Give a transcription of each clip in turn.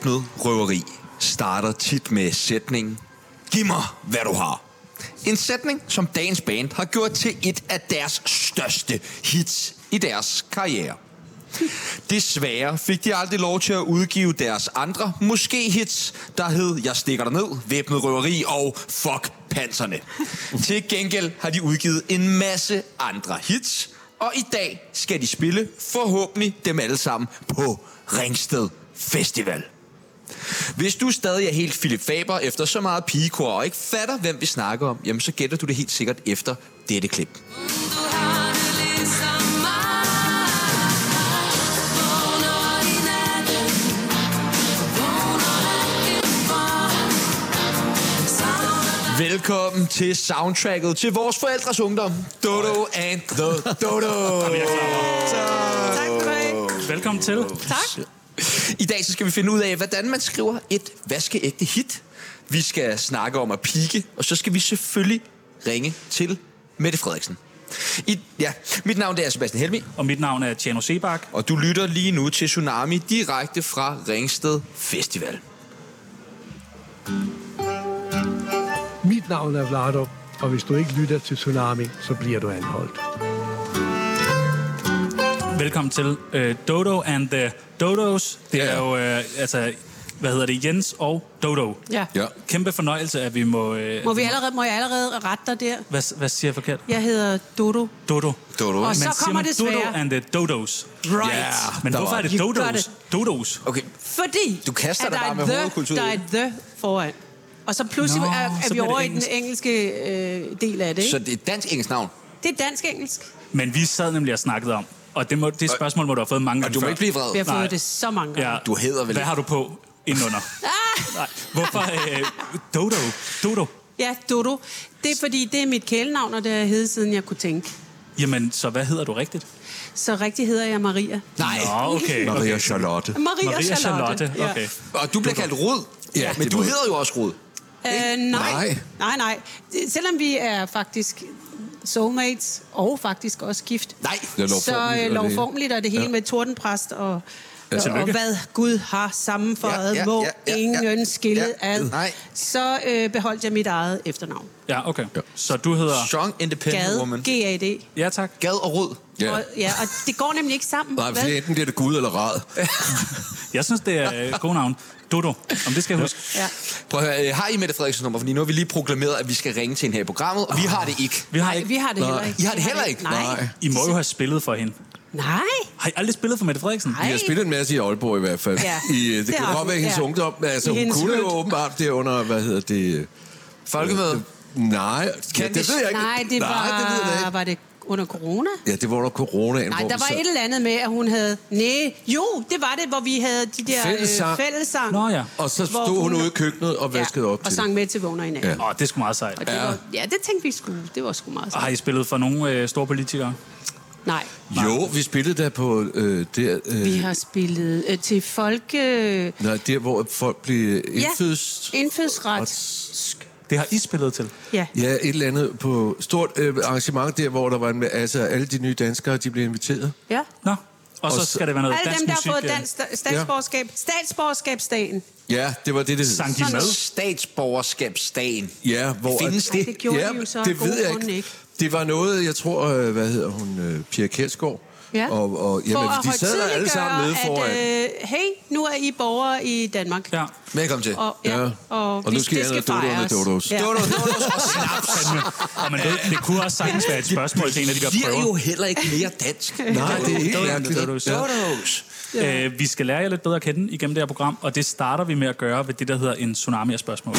Væbnet røveri starter tit med sætningen: giv mig, hvad du har. En sætning, som dagens band har gjort til et af deres største hits i deres karriere. Desværre fik de aldrig lov til at udgive deres andre måske-hits, der hed Jeg stikker dig ned, Væbnet røveri og Fuck panserne. Til gengæld har de udgivet en masse andre hits, og i dag skal de spille forhåbentlig dem alle sammen på Ringsted Festival. Hvis du stadig er helt Philip Faber efter så meget pigekor og ikke fatter, hvem vi snakker om, jamen så gætter du det helt sikkert efter dette klip. Velkommen til soundtracket til vores forældres ungdom. Dodo and the Dodo. Tak for det. Velkommen til. Tak. I dag så skal vi finde ud af, hvordan man skriver et vaskeægte hit. Vi skal snakke om at pike, og så skal vi selvfølgelig ringe til Mette Frederiksen. Mit navn er Sebastian Helmi. Og mit navn er Tjano Sebak. Og du lytter lige nu til Tsunami direkte fra Ringsted Festival. Mit navn er Vlado, og hvis du ikke lytter til Tsunami, så bliver du anholdt. Velkommen til Dodo and the Dodos. Det er jo, Jens og Dodo. Ja. Kæmpe fornøjelse, at vi må... Må jeg allerede rette dig der? Hvad siger jeg forkert? Jeg hedder Dodo. Dodo. Og så kommer det Dodo svære. and the Dodos. Right. Ja, Men hvorfor er det Dodos? Dodos. Okay, Fordi du kaster at dig der bare med er hovedkultur. der er the foran. Og så pludselig er vi over i den engelske del af det, ikke? Så det er et dansk-engelsk navn. Det er dansk-engelsk. Men vi sad nemlig og snakkede om, og det spørgsmål må du have fået mange Og gange du må før. ikke blive vred. Vi har fået det så mange gange. Ja. Du hedder vel Hvad ikke? har du på indenunder? Nej. Hvorfor Dodo? Dodo? Ja, Dodo. Det er fordi, det er mit kælenavn, og det har heddet, siden jeg kunne tænke. Jamen, så hvad hedder du rigtigt? Så rigtig hedder jeg Maria. Nej. Nå, okay. Maria Charlotte. Maria Charlotte. Okay. Og du bliver kaldt Rod. Ja, men du hedder jo også Rod. Nej. Selvom vi er faktisk soulmates, og faktisk også gift. Nej. Så lovformeligt er det hele med tordenpræst og hvad Gud har sammenføjet, må ingen skille ad. Nej. Så beholdt jeg mit eget efternavn. Ja, okay. Så du hedder... Strong Independent Woman. G-A-D. Ja, tak. Gad og Rod. Ja. Og det går nemlig ikke sammen. Nej, for enten bliver det Gud eller Rad. Jeg synes, det er et godt navn. Dodo. Om det skal jeg huske. Ja. Prøv at høre, har I Mette Frederiksen nummer? Fordi nu har vi lige proklameret, at vi skal ringe til hende her i programmet, og vi har det ikke. Vi har Nej, ikke... vi har det heller ikke. I har det heller ikke? Nej. I må jo have spillet for hende. Nej. Har I aldrig spillet for Mette Frederiksen? Nej. Vi har spillet en masse i Aalborg i hvert fald. Ja. Det Det kan har godt være vi, hendes ja. ungdom. Altså, I hun hendes kunne jo hood. åbenbart det under, Folkemøde? Nej, det ved jeg ikke. Nej, det det ved jeg ikke. var det under corona? Ja, det var under coronaen. Nej, hvor der vi var sad- et eller andet med, at hun havde... Nej, jo, det var det, hvor vi havde de der fællessang. Nå ja. Og så hvor stod hun ude i køkkenet og vaskede op og til sang med til vågner i nat. Ja. Ja. Det er sgu meget sejt. Og det var, det tænkte vi skulle. Det var sgu meget Og sejt. har I spillet for nogle store politikere? Nej, Jo, vi spillede der på vi har spillet til der, hvor folk blev indfødsret. Det har I spillet til? Ja. Ja, et eller andet på stort arrangement der, hvor der var alle de nye danskere, de blev inviteret. Ja. Nå. Og så skal det være noget Alle dansk dem, der musik. har fået dansk statsborgerskab. Statsborgerskabsdagen. Ja, det var det hed. Sang de med? Statsborgerskabsdagen. Ja, hvor... Findes det? Det gjorde ja, de jo så af det ved gode jeg grunde ikke. Det var noget, jeg tror, hvad hedder hun, Pia Kjærsgaard. Ja. Og For jamen, at de sad der alle sammen nede foran. hey, nu er I borgere i Danmark. Ja. Velkommen til. Og nu skal jeg have Dodo og Dodos. Ja. Dodo og snaps. Og men det kunne også sagtens være et spørgsmål til en af de der Det bliver jo prøver. heller ikke mere dansk. Nej, det er helt Dodo. mærkeligt. Dodos. Vi skal lære jer lidt bedre at kende igennem det her program, og det starter vi med at gøre ved det, der hedder en tsunami af spørgsmål.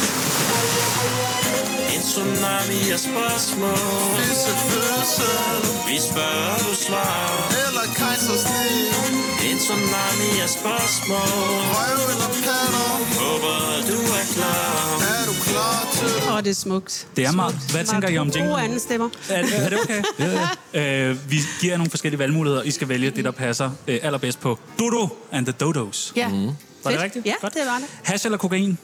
En tsunami af spørgsmål. Vi spørger, du svarer. Eller kejsersnit. En tsunami af spørgsmål. Røv eller patter. Håber, du er klar. Er du klar til Det er smukt. Det er meget. Hvad tænker I om Gode jinglen? anden stemmer. Er det okay? Vi giver jer nogle forskellige valgmuligheder. I skal vælge det, der passer allerbedst på Dodo and the Dodos. Ja. Var det rigtigt? Ja, Godt. det var det. Hash eller kokain?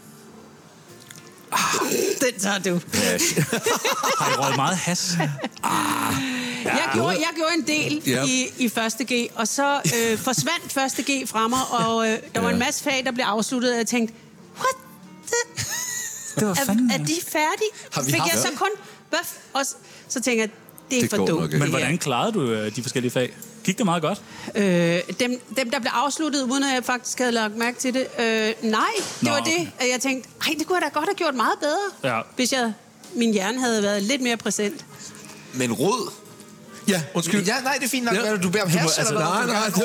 Den tager du. Har I røget meget hash? Jeg gjorde en del i første G, og så forsvandt første G fra mig, og der var en masse fag, der blev afsluttet, og jeg tænkte, what the... Er de færdige? Fik jeg så kun... Og så tænker jeg, det er for dumt. Men hvordan klarede du de forskellige fag? Gik det meget godt? Dem, der blev afsluttet, uden at jeg faktisk havde lagt mærke til det, nej, det var det. Jeg tænkte, det kunne jeg da godt have gjort meget bedre, hvis min hjerne havde været lidt mere præsent. Men rod? Ja, undskyld. Ja, nej, det er fint nok. Hvad du beder om hash, eller hvad? Nej, det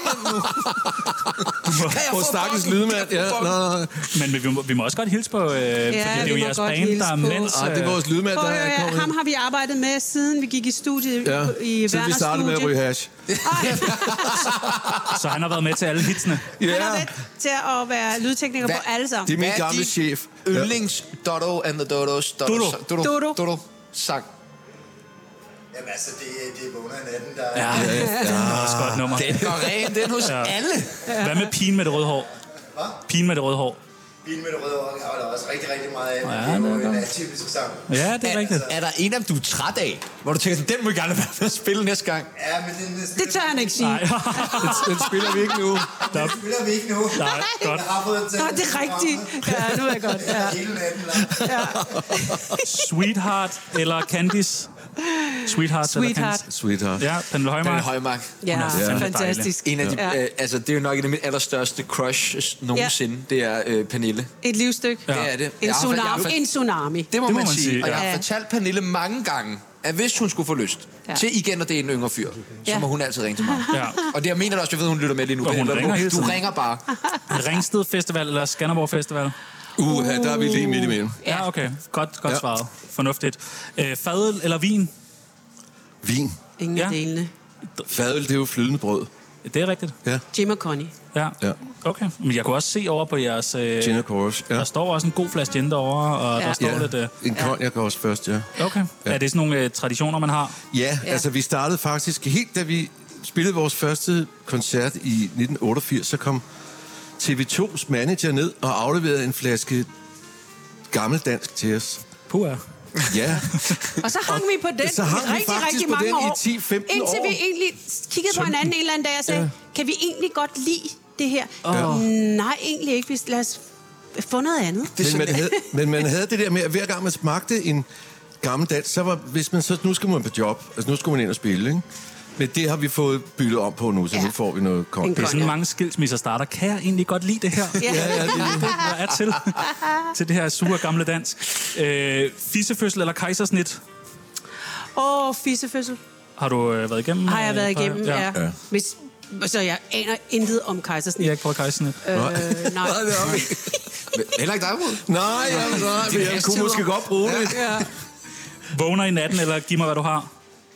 er jo stakkels lydmand. Men vi må også godt hilse på, fordi det er jo jeres band, der er mens... Det er vores lydmand, der er kommet. Ham har vi arbejdet med, siden vi gik i studiet i Werners studie. Siden vi startede med at ryge hash. Så han har været med til alle hitsene. Han har været til at være lydtekniker på alle sammen. Det er min gamle chef. Yndlings Dodo and the Dodos. Dodo. Sang. Jamen altså, det er vågner i natten, der det er også godt nummer. Den går ren, den hos alle. Hvad med pigen med det røde hår? Hvad? Pigen med det røde hår. Pigen med det røde hår har der også rigtig meget af. Det er jo en atypisk sang. Ja, det er rigtigt. Er der en af dem, du er træt af? Hvor du tænker, den må jeg gerne være med at spille næste gang? Ja, men det tør han ikke sige. Den spiller vi ikke nu. Den spiller vi ikke nu. Nej, godt. Det er rigtigt. Ja, nu er jeg godt. Hele natten. Sweetheart eller Candice? Sweetheart. Ja, Pernille Højmark. Ja, fantastisk. En af de, altså, det er jo nok en af mine allerstørste crush nogensinde. Det er Pernille. Et livsstykke. Det er det. En tsunami. Det må man sige. Og jeg har fortalt Pernille mange gange, at hvis hun skulle få lyst til igen, og det er en yngre fyr, så må hun altid ringe til mig. Og det jeg mener også, jeg ved, hun lytter med lige nu. Og hun ringer hele tiden. Du ringer bare. Ringsted Festival eller Skanderborg Festival? Der er vi lige midt imellem. Ja, okay. Godt svaret. Fornuftigt. Fadøl eller vin? Vin. Ingen af delene. Fadøl, det er jo flydende brød. Det er rigtigt. Ja. Jim og Connie. Ja. Okay. Men jeg kunne også se over på jeres... Gin og Chorus, Der står også en god flaske gin derovre, og der står lidt... En cognac også først, Okay. Er det sådan nogle traditioner, man har? Ja, altså vi startede faktisk helt, da vi spillede vores første koncert i 1988, så kom TV2's manager ned og afleverede en flaske gammeldansk til os. Puha. Ja. Og så hang vi på den rigtig mange år. I 10-15 år. Indtil vi egentlig kiggede på hinanden en eller anden dag og sagde, kan vi egentlig godt lide det her? Nej, egentlig ikke. Lad os få noget andet. Men man havde det der med, at hver gang man smagte en gammel dans, så var, hvis man så, nu skal man på job, altså nu skal man ind og spille, ikke? Men det har vi fået byttet om på nu, så nu får vi noget kongt. Det er sådan mange skilsmisser starter. Kan jeg egentlig godt lide det her? Ja, det er til det her sure gamle dans. Fissefødsel eller kejsersnit? Fissefødsel. Har du været igennem? Har jeg været igennem, ja. Så jeg aner intet om kejsersnit. Jeg har ikke prøvet kejsersnit. Nej. Heller ikke dig, Rud? Nej, jeg kunne måske godt bruge det. Vågner i natten, eller giv mig, hvad du har?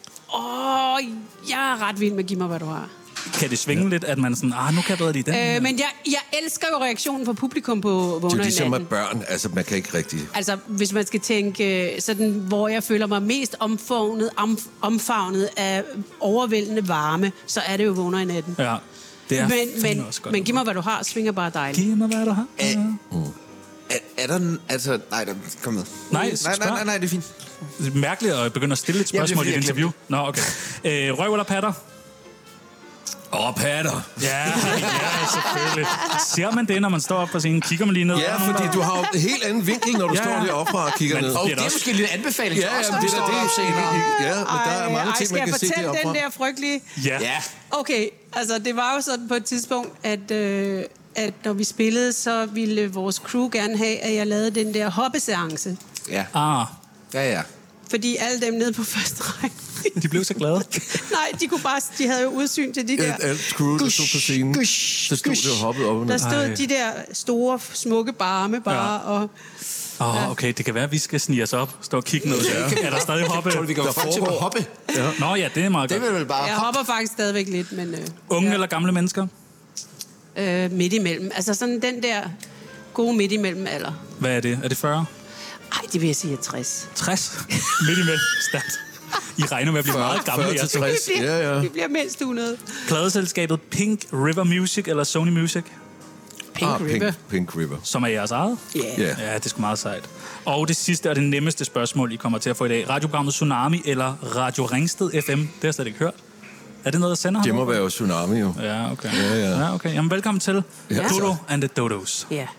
Jeg er ret vild med giv mig, hvad du har. Kan det svinge lidt, at man sådan, nu kan jeg bedre lide den? Men jeg elsker jo reaktionen fra publikum på Vågner i natten. Det er ligesom at børn, altså man kan ikke rigtig... Altså, hvis man skal tænke sådan, hvor jeg føler mig mest omfavnet af overvældende varme, så er det jo Vågner i natten. Ja, det er også godt. Men giv mig, hvad du har, svinger bare dejligt. Giv mig, hvad du har. Er der... Altså, nej, kom med. Nej, det er fint. Det er mærkeligt at begynde at stille et spørgsmål i et interview. Nå, okay. Røv eller patter? Patter. Ja, selvfølgelig. Ser man det, når man står op på scenen? Kigger man lige ned? Ja, fordi du har jo en helt anden vinkel, når du står deroppe og kigger ned. Og det er måske lidt anbefaling til os, det men der er mange ting, man kan se deroppe. Skal jeg fortælle den der frygtelige? Ja. Okay, altså det var jo sådan på et tidspunkt, at når vi spillede, så ville vores crew gerne have, at jeg lavede den der hoppeseance. Ja. Ja. Fordi alle dem nede på første række... De blev så glade. Nej, de havde jo udsyn til de der... Alt crew, der stod på scenen. Så stod det og hoppede op og ned. Der stod de der store, smukke barme bare, og... Okay, det kan være, at vi skal snige os op. Stå og kigge ned. Er der stadig hoppe? Vi kan faktisk hoppe. Ja. Nå ja, det er meget godt. Det vil vel bare jeg hopper faktisk stadigvæk lidt, men... Unge eller gamle mennesker? Midt imellem. Altså sådan den der gode midt imellem alder. Hvad er det? Er det 40? Nej, det vil jeg sige 60. 60? Midt imellem. Stærkt. I regner med at blive meget gamle. 40-60. Vi bliver mindst 100. Pladeselskabet Pink River Music eller Sony Music? Pink River. Som er jeres eget? Yeah. Ja, det er sgu meget sejt. Og det sidste og det nemmeste spørgsmål, I kommer til at få i dag. Radioprogrammet Tsunami eller Radio Ringsted FM? Det har jeg slet ikke hørt. Er det noget, der sender ham? Det må være jo Tsunami, jo. Ja, okay. Ja, okay. Jamen, velkommen til Dodo and the Dodos. Ja.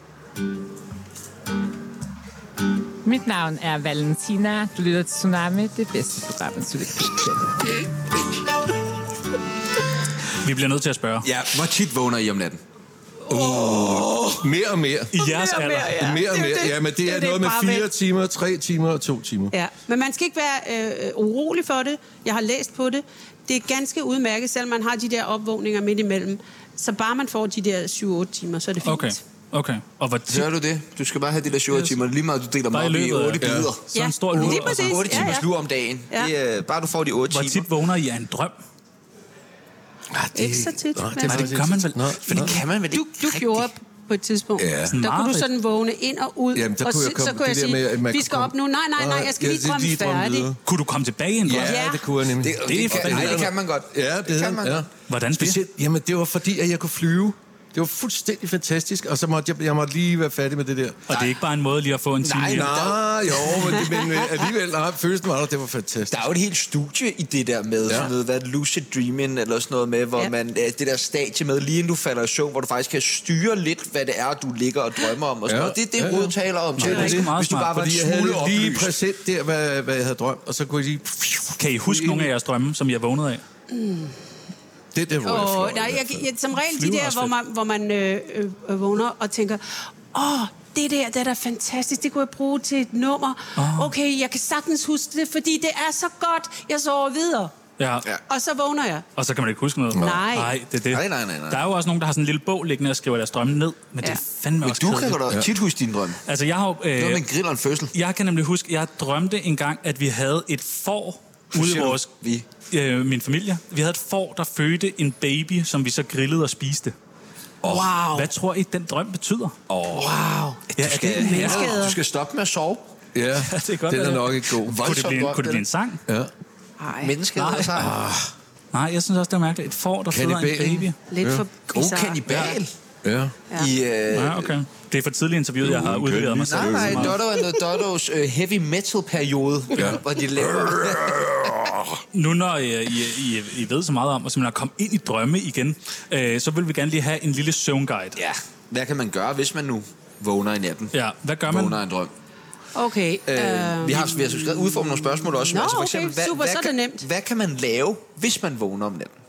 Mit navn er Valentina. Du lytter til Tsunami, det bedste program, du kan. Vi bliver nødt til at spørge. Ja, hvor tit vågner I om natten? Mere og mere. I jeres alder? Mere og mere. Ja, men det er noget med 4 timer, 3 timer og 2 timer. Ja, men man skal ikke være urolig for det. Jeg har læst på det. Det er ganske udmærket, selvom man har de der opvågninger midt imellem. Så bare man får de der 7-8 timer, så er det fint. Okay. Og hvor Hører du det? Du skal bare have de der 7 timer. Lige meget, du deler mig op i 8 bidder. Så en stor lur. Lige præcis. 8 timers lur om dagen. Ja. Det er, bare du får de 8 timer. Hvor tit vågner I af en drøm? Ikke så tit. Det gør man vel? For det kan man vel ikke. Du gjorde på et tidspunkt. Ja. Der kunne du sådan vågne ind og ud. Jamen, der og kunne jeg komme, så kunne jeg sige, vi skal op nu. Nej, jeg skal lige drømme færdig. Kunne du komme tilbage i en drøm? Ja, det kunne jeg nemlig. Det kan man godt. Ja, det kan man. Hvordan det? Jamen, det var fordi, at jeg kunne flyve. Det var fuldstændig fantastisk, og så måtte jeg måtte lige være færdig med det der. Og det er ikke bare en måde lige at få en time Nej, men alligevel, følelsen var det var fantastisk. Der er jo et helt studie i det der med sådan noget, hvad lucid dreaming eller sådan noget med, hvor man det der stadie med, lige inden du falder i søvn, hvor du faktisk kan styre lidt, hvad det er, du ligger og drømmer om og sådan noget. Det er det, hovedet taler om til. Hvis du bare var en smule oplyst. Lige præsent der, hvad jeg havde drømt, og så kunne jeg lige... Kan I huske nogle af jeres drømme, som I har vågnet af? Det der, hvor jeg som regel de der, hvor man vågner og tænker, det der er da fantastisk, det kunne jeg bruge til et nummer. Okay, jeg kan sagtens huske det, fordi det er så godt, jeg sover videre. Ja. Og så vågner jeg. Og så kan man ikke huske noget? Nej. Det er det. Nej. Der er jo også nogen, der har sådan en lille bog liggende og skriver deres drømme ned, men det er fandme også kedeligt. Men du kan da tit huske din drøm. Altså, jeg har det var med en grill og en fødsel. Jeg kan nemlig huske, jeg drømte engang, at vi havde et får ude i vores... min familie. Vi havde et får, der fødte en baby, som vi så grillede og spiste. Wow. Hvad tror I, den drøm betyder? Wow. Du skal stoppe med at sove. Ja, det er godt, den er nok ikke god. Kunne det blive en sang? Ja. Menneskehed sang. Nej, jeg synes også, det er mærkeligt. Et får, der føder en baby. Lidt for bizarre. Kannibal. Ja. Okay. Det er for tidligt interviewet, jeg har udleveret mig selv. Nej, Dotto er noget Dottos heavy metal-periode, hvor de laver... Nu når I ved så meget om at simpelthen komme ind i drømme igen, så vil vi gerne lige have en lille søvnguide. Ja, hvad kan man gøre, hvis man nu vågner i natten? Ja, hvad gør man? Vågner en drøm. Okay. Vi har udformet nogle spørgsmål også. Nå, for eksempel, super, så er det nemt. Hvad kan man lave, hvis man vågner om natten?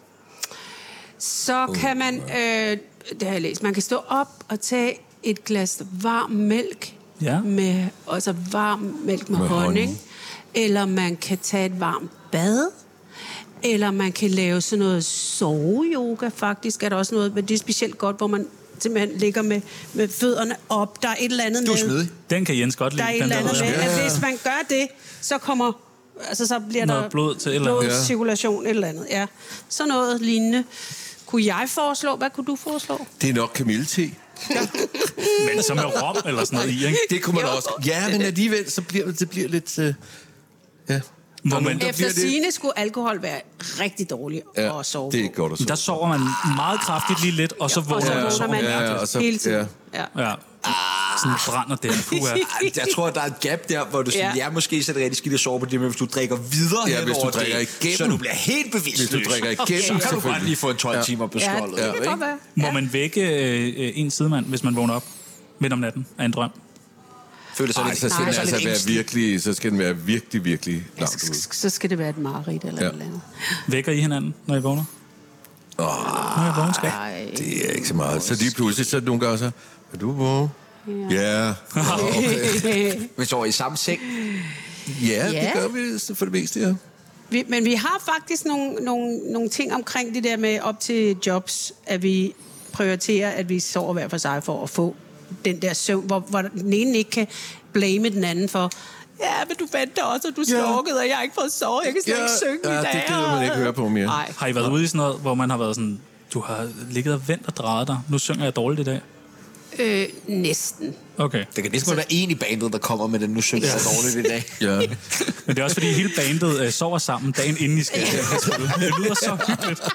Så kan man, det har jeg læst, man kan stå op og tage et glas varm mælk, med varm mælk med honning. Eller man kan tage et varmt bad, eller man kan lave sådan noget soveyoga, faktisk er der også noget, men det er specielt godt, hvor man simpelthen ligger med fødderne op. Der er et eller andet med... Du er smidig. Den kan Jens godt lide. Der er et eller andet med, at hvis man gør det, så kommer... Altså, så bliver noget der blod til blodcirkulation, et eller andet. Ja. Så noget lignende. Kunne jeg foreslå? Hvad kunne du foreslå? Det er nok kamillete. Men så med rom eller sådan noget i, ikke? Det kunne man også. Ja, men alligevel, så bliver det lidt... ja. Efter sigende skulle alkohol være rigtig dårlig at sove det er godt at sove. Der sover man meget kraftigt lige lidt, og så vågner man hele tiden. Ja. Sådan brænder der. Jeg tror, der er et gap der, hvor du siger, måske så er det rigtig skidt at sove på det, men hvis du drikker videre hvis du drikker igennem, så du bliver helt bevidstløs. Hvis du drikker igennem, så kan du bare lige få en 12 timer på skålet. Ja, det kan godt være. Må man vække en sidemand, hvis man vågner op midt om natten af en drøm? Så skal den være virkelig langt ud. Så skal det være et mareridt eller et eller andet. Vækker I hinanden, når I vågner? Det er ikke så meget. Så lige pludselig, så nogle gange så, er du vågen? Ja. Men så er I samme seng? Ja, det gør vi for det meste, ja. Men vi har faktisk nogle ting omkring det der med op til jobs, at vi prioriterer, at vi sover hver for sig for at få den der søvn, hvor den ene ikke kan blame den anden for, men du venter også, og du slukkede, og jeg har ikke fået sove, jeg kan slet ikke synge i dag. Det gider man ikke høre på mere. Nej. Har I været ude i sådan noget, hvor man har været sådan, du har ligget og ventet og drejet dig, nu synger jeg dårligt i dag? Næsten. Okay. Det kan næsten være en i bandet, der kommer med den, nu synger jeg dårligt i dag. Ja. Men det er også fordi hele bandet sover sammen dagen inden I skal spille. Det lyder så hyggeligt.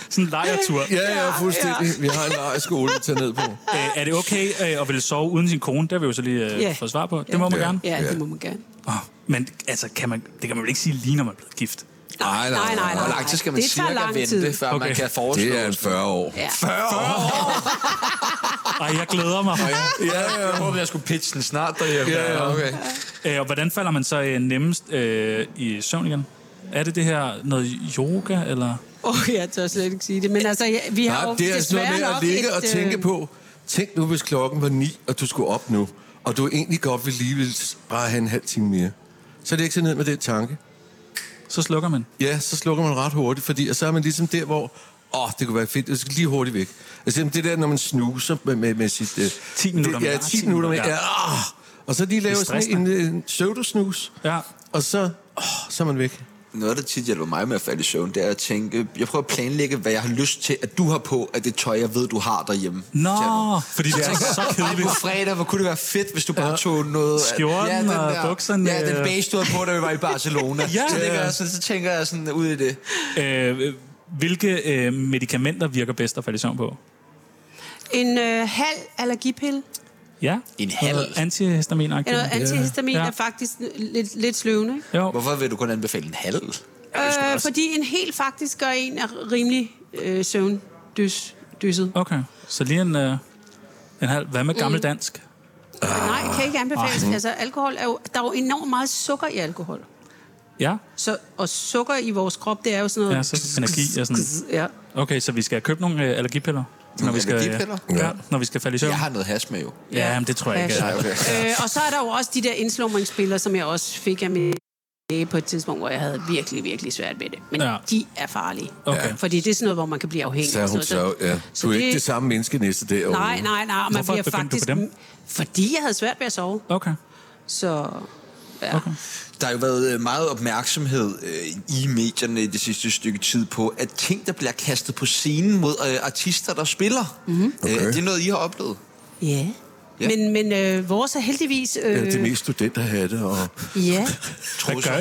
Sådan en lejretur. Ja, fuldstændig. Vi har en lejrskole, vi tager ned på. Er det okay at ville sove uden sin kone? Det har vi jo så lige fået svar på. Det må man gerne. Ja, det må man gerne. Men altså, det kan man vel ikke sige lige, når man er blevet gift? Nej. Hvor lang tid skal man cirka vente, før man kan foreslå? Det er 40 år. Ja. 40 år? Ej, jeg glæder mig. Jeg håber, jeg skulle pitche den snart derhjemme. Ja, okay. Og hvordan falder man så nemmest i søvn igen? Er det her noget yoga, eller? Jeg tør slet ikke sige det, men altså, vi har jo det er altså noget med at ligge og tænke på, tænk nu, hvis klokken var 9, og du skulle op nu, og du egentlig godt ville bare have en halv time mere. Så er det ikke så ned med den tanke. Så slukker man? Ja, så slukker man ret hurtigt, fordi så er man ligesom der, hvor det kunne være fedt, det skal lige hurtigt væk. Altså det der, når man snuser med sit... 10 minutter mere. Ja, 10 minutter mere. Ja. Og så lige laver sådan en pseudo-snus, og så er man væk. Noget, der tit hjælper mig med at falde i søvn, det er at tænke, jeg prøver at planlægge, hvad jeg har lyst til, at du har på, at det tøj, jeg ved, du har derhjemme. Fordi det er så kedeligt. På fredag, hvor kunne det være fedt, hvis du bare tog noget... Skjorten og bukserne. Ja, den beige, du havde på, da vi var i Barcelona. Så tænker jeg sådan ud i det. Hvilke medicamenter virker bedst at falde i søvn på? En halv allergipille. Ja. En halv? Antihistamin. Antihistamin er faktisk lidt sløvende. Jo. Hvorfor vil du kun anbefale en halv? Fordi en hel faktisk gør en er rimelig søvndysset. Okay, så lige en halv. Hvad med gammeldansk? Nej, kan ikke anbefales. Altså, alkohol er jo, der er jo enormt meget sukker i alkohol. Ja. Og sukker i vores krop, det er jo sådan noget... Ja, så energi og sådan... Ja. Okay, så vi skal købe nogle allergipiller? Når vi skal falde i søvn. Jeg har noget hash med jo. Ja, men det tror jeg ikke. Okay. Og så er der jo også de der indslumringsspillere, som jeg også fik af min læge på et tidspunkt, hvor jeg havde virkelig, virkelig svært med det. Men de er farlige. Okay. Fordi det er sådan noget, hvor man kan blive afhængig. Så du er ikke det samme menneske næste dag. Nej. Man bliver faktisk... Fordi jeg havde svært ved at sove. Okay. Så... Ja. Okay. Der har jo været meget opmærksomhed i medierne i det sidste stykke tid på, at ting, der bliver kastet på scenen mod artister, der spiller. Det er noget, I har oplevet. Ja. Men vores er heldigvis... det mest studenterhatte og... Ja. Hvad gør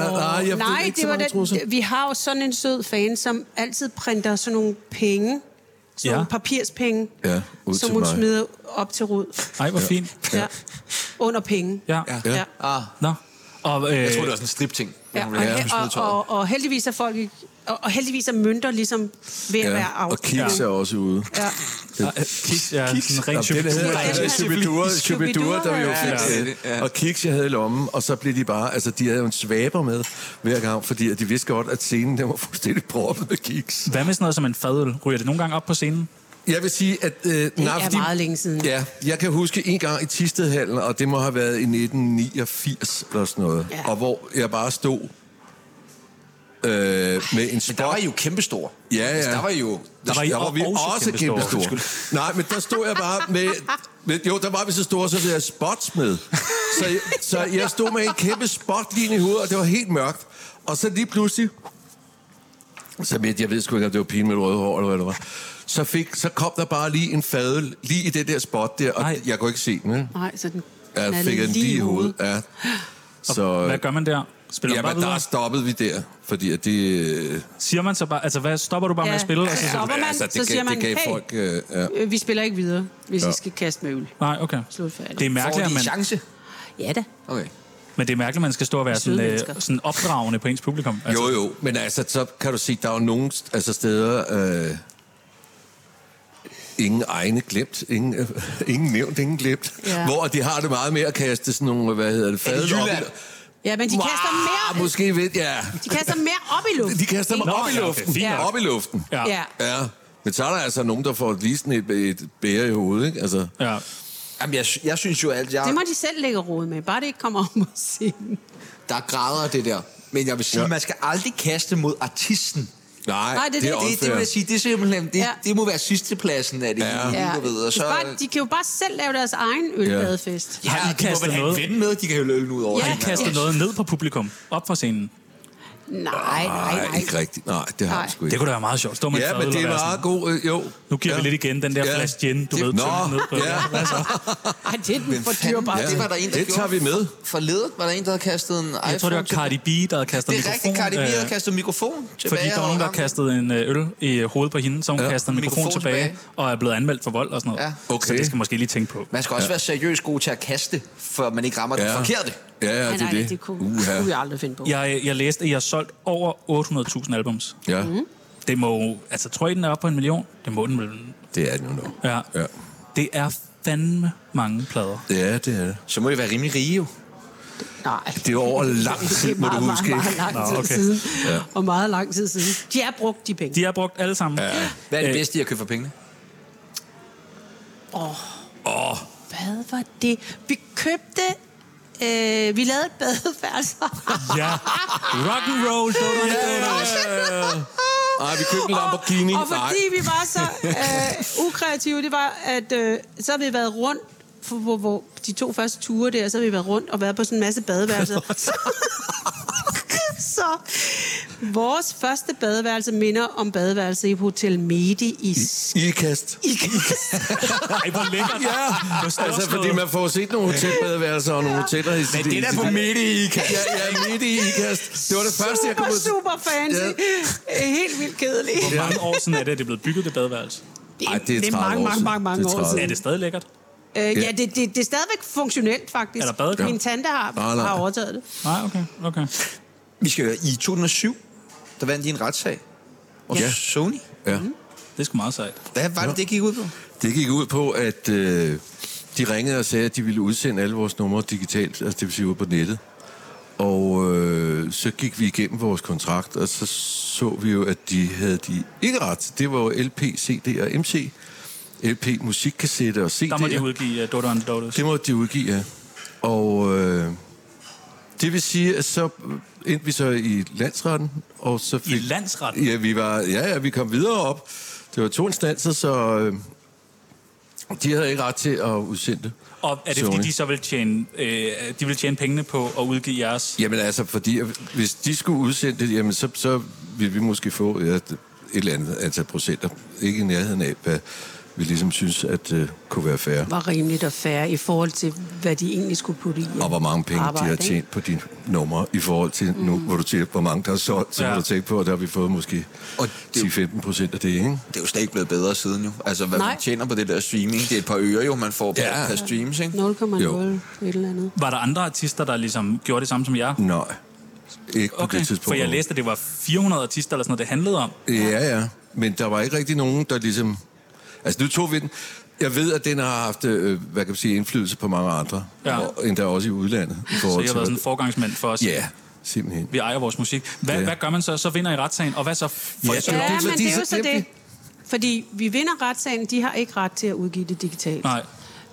I? Vi har jo sådan en sød fan, som altid printer sådan nogle penge. Sådan nogle papirspenge, som hun smider op til rod. Ej, hvor fint. Ja. Under penge. Ja. Nå. Og, jeg tror, det var sådan en stripting. Og heldigvis er folk ikke... Og heldigvis er mønter ligesom ved at være af. Og kiks er også ude. Ja. Kiks, sådan rent Shubidua, der vi jo fik. Og kiks, jeg havde i lommen, og så blev de bare... Altså, de havde jo en svaber med hver gang, fordi de vidste godt, at scenen den var fuldstændig proppet med kiks. Hvad med sådan noget som en fadøl? Ryger det nogle gange op på scenen? Jeg vil sige, at... det er meget længe siden. Ja, jeg kan huske en gang i Thistedhallen, og det må have været i 1989 eller sådan noget. Ja. Og hvor jeg bare stod med en spot. Men der var I jo kæmpestor. Ja. Altså, der var vi også kæmpestor. Nej, men der stod jeg bare med jo, der var vi så store, så vi havde spots med. Så jeg stod med en kæmpe spotlinje i hovedet, og det var helt mørkt. Og så lige pludselig... Jeg ved sgu ikke, om det var pigen med røde hår, eller hvad det var. Så kom der bare lige en fadøl, lige i det der spot der, og jeg kunne ikke se den. Nej, så den jeg fik den lige i hovedet. Ja. Så, hvad gør man der? Spiller men der stoppede vi der, fordi at det... Siger man så bare, altså hvad, stopper du bare med at spille? Ja, stopper man, så siger man, hey, folk, vi spiller ikke videre, hvis I skal kaste med øl. Nej, okay. Det er mærkeligt, at man... chance? Ja da. Okay. Men det er mærkeligt, at man skal stå og være sådan opdragende på ens publikum. Altså. Jo, men altså, så kan du sige, der er jo nogle steder... ingen egne glemt, ingen nævnt, ingen glemt. Ja. Hvor de har det meget med at kaste sådan nogle, fadøl op i... Ja, men de kaster mere... Måske ved De kaster mere op i luften. De kaster dem op i luften. Ja. Op i luften. Ja. Men så er der altså nogen, der får lige sådan et bære i hovedet, ikke? Altså... Ja. Jamen, jeg synes jo alt... Det må de selv lægge råd med, bare det ikke kommer om at se. Der er grader af det der. Men jeg vil sige, man skal aldrig kaste mod artisten. Nej, det vil jeg sige, det er simpelthen, det må være sidstepladsen af det. De kan jo bare selv lave deres egen ølbadefest. Ja, de må vel have en ven med, de kan jo øl ud over. Har I kastet noget ned på publikum, op fra scenen? Nej. Ikke rigtigt. Nej, det har jeg sgu ikke. Det kunne da være meget sjovt. Stå med Ja, men det er meget god, jo. Nu giver vi lidt igen, den der flaske gin, du ved, ned på. Hvad så? Ej, det er den for dyr bare. Det var der en, der det tager vi med. Forledet var der en, der havde kastet en iPhone. Jeg tror, det var Cardi B, der havde kastet mikrofon. Det er rigtigt, Cardi B havde kastet mikrofon tilbage. Fordi der var nogen, der kastede en øl i hovedet på hende, så hun kastede en mikrofon tilbage, og er blevet anmeldt for vold og sådan noget. Ja. Okay. Så det skal måske lige tænke på. Man skal også være seriøst god til at kaste, for man ikke rammer det forkerte. Ja, det er det. Det kunne vi aldrig finde på. Jeg læste, at I har solgt over 800.000 albums. Ja. Det må... Altså, tror I, den er oppe på 1 million? Det må den vel... Det er det nu. Ja. Det er fandme mange plader. Ja, det er det. Så må I være rimelig rige jo. Nej. Det er over lang tid, må du huske. Meget lang tid siden. Ja. Og meget lang tid siden. De er brugt, de penge. De er brugt alle sammen. Ja. Hvad er det bedste, I har købt for pengene? Hvad var det? Vi købte... vi lavede et badeværelse. Ja. Rock and roll, stod der. Ej, vi købte en Lamborghini. Og fordi vi var så ukreative, det var, at så har vi været rundt, hvor de 2 første ture der, så har vi været rundt og været på sådan en masse badeværelser. Så vores første badeværelse minder om badeværelse i Hotel Medi i Ikast. Ej, hvor lækkert. Ja, altså fordi man får set nogle hotelbadeværelser og nogle hoteller i Men det der på Medi i Ikast. Ja, Medi i Ikast. Det var det første, jeg kom ud til. Super fancy. Ja. Helt vildt kedeligt. Hvor mange år siden er det blev bygget, det badeværelse? Ej, det er 30 år siden. mange år siden. Er det stadig lækkert? Ja, det er stadigvæk funktionelt, faktisk. Er der badekar? Min tante har overtaget det. Nej, okay. Vi skal i 2007, der vandt de en retssag. Og Sony. Ja. Det er sgu meget sejt. Hvad var det gik ud på? Det gik ud på, at de ringede og sagde, at de ville udsende alle vores numre digitalt, altså det vil sige ud på nettet. Og så gik vi igennem vores kontrakt, og så vi jo, at de havde de ikke ret. Det var jo LP, CD og MC. LP, musikkassette og CD. Der må de udgive Daughter and the Daughters. Det må de udgive, ja. Og det vil sige, at så endte vi så i landsretten. Og så fik, I landsretten? Ja, vi kom videre op. Det var 2 instanser, så de havde ikke ret til at udsende det. Og er det fordi, de så vil tjene pengene på at udgive jeres? Jamen altså, fordi hvis de skulle udsende det, jamen så ville vi måske få et eller andet antal procenter. Ikke i nærheden af, hvad vi ligesom synes, at kunne være fair. Var rimeligt og fair i forhold til, hvad de egentlig skulle putte i. Og hvor mange penge de har tjent på dine numre i forhold til nu, hvor du siger, hvor mange der har solgt, så må du tænke på, at der har vi fået måske 10-15% af det, ikke? Det er jo slet ikke blevet bedre siden jo. Altså, hvad man tjener på det der streaming, det er et par øre jo, man får per streams, ikke? 0,0 et eller andet. Var der andre artister, der ligesom gjorde det samme som jer? Nej. Ikke på det tidspunkt. For jeg læste, at det var 400 artister eller sådan noget, det handlede om. Ja. Men der var ikke rigtig nogen, der ligesom... Altså, nu tog vi den... Jeg ved, at den har haft, hvad kan man sige, indflydelse på mange andre. Ja. Og endda også i udlandet. Så jeg har været sådan en forgangsmand for os. Ja, simpelthen. Vi ejer vores musik. Hvad gør man så? Så vinder I retssagen, og hvad så? Men det er jo så det. Fordi vi vinder retssagen, de har ikke ret til at udgive det digitalt. Nej.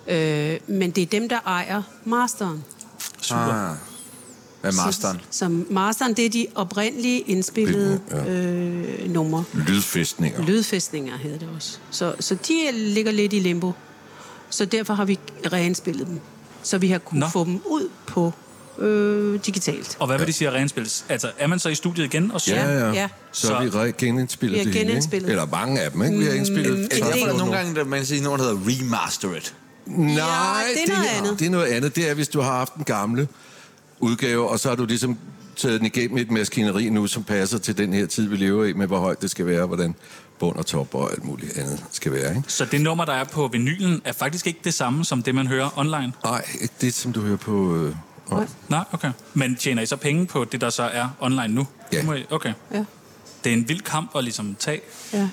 Men det er dem, der ejer masteren. Super. Hvad er masteren? Så masteren, det er de oprindelige indspillede numre. Lydfæstninger hedder det også. Så de ligger lidt i limbo. Så derfor har vi reindspillet dem. Så vi har kunnet få dem ud på digitalt. Og hvad vil de sige at reinspilles? Altså, er man så i studiet igen og synger? Ja. Så har vi genindspillet det hele, ikke? Eller mange af dem, ikke? Vi har indspillet. Er der nogle gange, man siger noget, der hedder remastered? Nej, det er noget andet. Det er noget andet. Det er, hvis du har haft en gamle udgave, og så har du ligesom taget den igennem et maskineri nu, som passer til den her tid, vi lever i, med hvor højt det skal være, hvordan bund og top og alt muligt andet skal være, ikke? Så det nummer, der er på vinylen, er faktisk ikke det samme, som det, man hører online? Nej, ikke det, som du hører på... Nej, okay. Men tjener I så penge på det, der så er online nu? Ja. Okay. Ja. Det er en vild kamp at ligesom tage. Ja.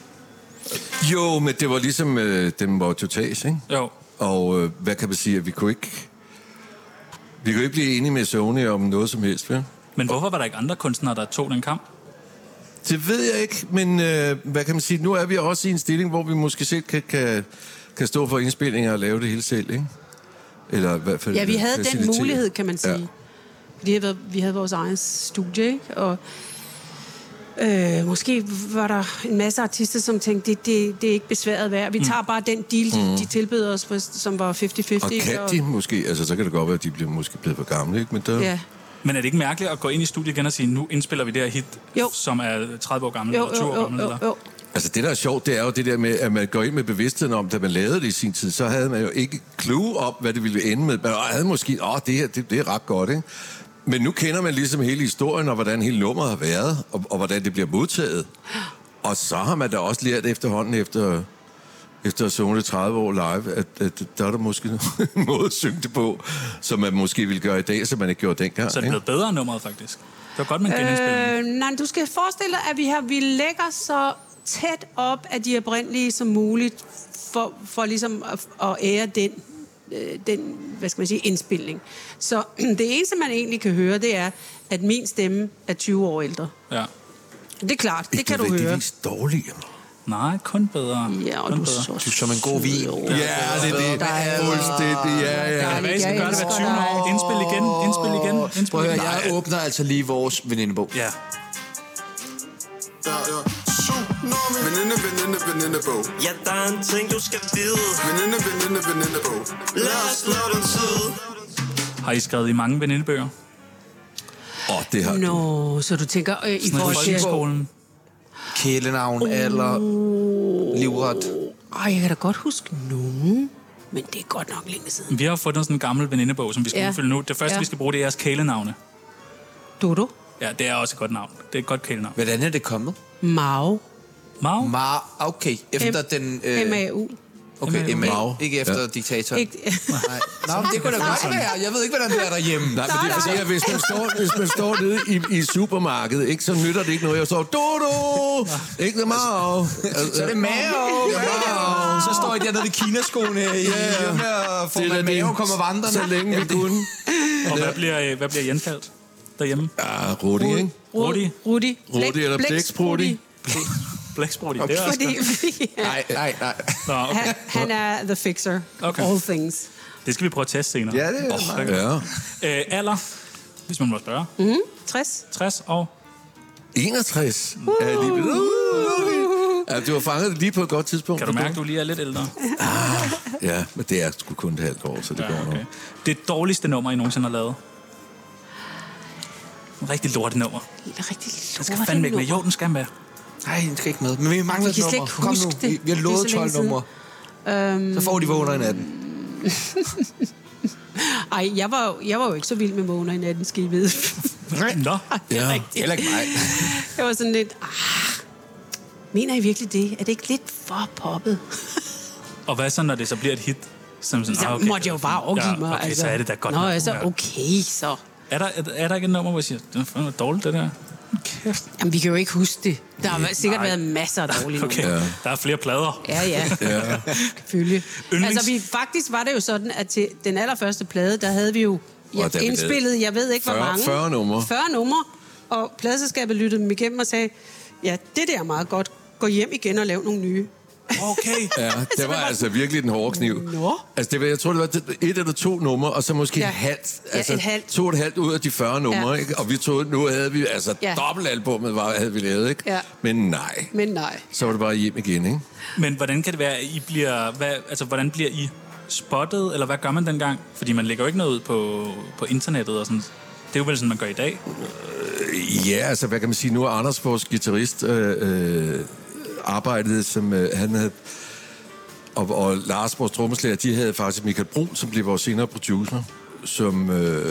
Jo, men det var ligesom, den måtte jo tages, ikke? Jo. Og hvad kan man sige, at vi kunne ikke blive enige med Sony om noget som helst, vel? Men hvorfor var der ikke andre kunstnere, der tog den kamp? Det ved jeg ikke, men hvad kan man sige? Nu er vi også i en stilling, hvor vi måske selv kan stå for indspillinger og lave det hele selv, ikke? Eller i hvert fald... Ja, vi havde den mulighed, kan man sige. Ja. Vi havde vores egen studie, ikke? Og måske var der en masse artister, som tænkte, det er ikke besværet værd. Vi tager bare den deal, de tilbød os, som var 50-50. Og kan de måske... Altså, så kan det godt være, at de måske blevet for gamle, ikke? Men der... Ja. Men er det ikke mærkeligt at gå ind i studiet igen og sige, nu indspiller vi det her hit, som er 30 år gammel eller 20 år gammel? Jo. Altså det, der er sjovt, det er jo det der med, at man går ind med bevidstheden om, da man lavede det i sin tid, så havde man jo ikke clue om, hvad det ville ende med. Man havde måske, det her, det er ret godt, ikke? Men nu kender man ligesom hele historien, og hvordan hele nummeret har været, og hvordan det bliver modtaget. Og så har man da også lært efterhånden, efter at synge 30 år live, at der er der måske en måde at synge det på, som man måske ville gøre i dag, som man ikke gjorde dengang. Så er det blevet bedre nummeret, faktisk? Det var godt med en genindspilning. Nej, du skal forestille dig, at vi lægger så tæt op af de oprindelige som muligt, for ligesom at ære den, hvad skal man sige, indspilning. Så det eneste, man egentlig kan høre, det er, at min stemme er 20 år ældre. Ja. Det er klart, det kan du høre. Det er dårligere. Nej, kun bedre. Ja, og kun du er bedre. så som en god vin. Ja, det er fuldstændig. Ja. Hvad skal gøre det hver 20 år? Indspil igen. Prøv at høre, jeg åbner altså lige vores venindebog. Ja. Venindebog. Ja, der er en ting, du skal vide. Venindebog. Lad os slå den tid. Har I skrevet i mange venindebøger? Det har Nå, så du tænker i Sådan forhold i til... folkeskolen? Kælenavn, alder, livret. Jeg kan da godt huske nogen, men det er godt nok længe siden. Vi har fundet sådan en gammel venindebog, som vi skal udfylde nu. Det første, vi skal bruge, det er jeres kælenavne. Dodo? Ja, det er også et godt navn. Det er et godt kælenavn. Hvordan er det kommet? Mao. Okay, efter den... M-A-U. Okay, Mao. Ikke efter diktator. Ikke... Nej. Nå, men det kunne da godt være. Jeg ved ikke, hvordan det er derhjemme. Nej, men det er fordi, at hvis man står nede i supermarkedet, ikke, så nytter det ikke noget. Jeg står, Dodo! Ikke Mao. Så er det Mao. Så står I dernede ved Kinaskoene i hjemme, og får man Mao kommer vandrende. Så længe vi kunne. Og hvad bliver genkaldt derhjemme? Ja, Rudi, ikke? Rudi eller Blæksprudi. Blæksprudi, okay. Det er også Nej. Nå, okay. Han er the fixer. Okay. All things. Det skal vi prøve at teste senere. Ja, det er alder, hvis man må spørge. 60. 60 og... 61. Ja, du har fanget det lige på et godt tidspunkt. Kan du mærke, at du lige er lidt ældre? Ja, men det er sgu kun et halvt år, så det går nok. Det dårligste nummer, I nogensinde har lavet? En rigtig lortenummer. Den skal fandme ikke med. Jo, den skal med. Nej, den skal ikke med. Men vi mangler et nummer. Kom nu, vi har lovet 12 numre. Så får de vågner i natten. Ej, jeg var jo ikke så vild med vågner i natten, skal I vide. Nå. Ja, heller ikke mig. Jeg var sådan lidt... mener I virkelig det? Er det ikke lidt for poppet? Og hvad så, når det så bliver et hit? Sådan, så måtte jeg jo bare overgive mig. Okay, så er det da godt. Nå, altså, okay, så... Er der ikke et nummer, hvor jeg siger, det er fandme dårligt, det der? Kæft. Jamen, vi kan jo ikke huske det. Der har sikkert været masser af dårlige numre. Okay, der er flere plader. Ja. Selvfølgelig. Altså, faktisk var det jo sådan, at til den allerførste plade, der havde vi jo indspillet, jeg ved ikke, hvor mange. 40 numre. 40 numre, og pladeselskabet lyttede dem igennem og sagde, ja, det der er meget godt. Gå hjem igen og lav nogle nye. Okay. Ja, det var altså virkelig den hårde kniv. Nå. Altså, det var, jeg tror, det var 1 eller 2 numre, og så måske et halvt. Altså, et halvt. 2,5 ud af de 40 numre, ikke? Og nu havde vi, dobbeltalbummet havde vi lavet, ikke? Ja. Men nej. Så var det bare hjem igen, ikke? Men hvordan kan det være, at I bliver... hvordan bliver I spottet, eller hvad gør man dengang? Fordi man lægger jo ikke noget ud på internettet og sådan. Det er jo vel sådan, man gør i dag. Ja, altså, hvad kan man sige? Nu er Anders, vores guitarist, arbejdede, som han havde... Og Lars, vores trommeslager, de havde faktisk Michael Brun, som blev vores senere producer, som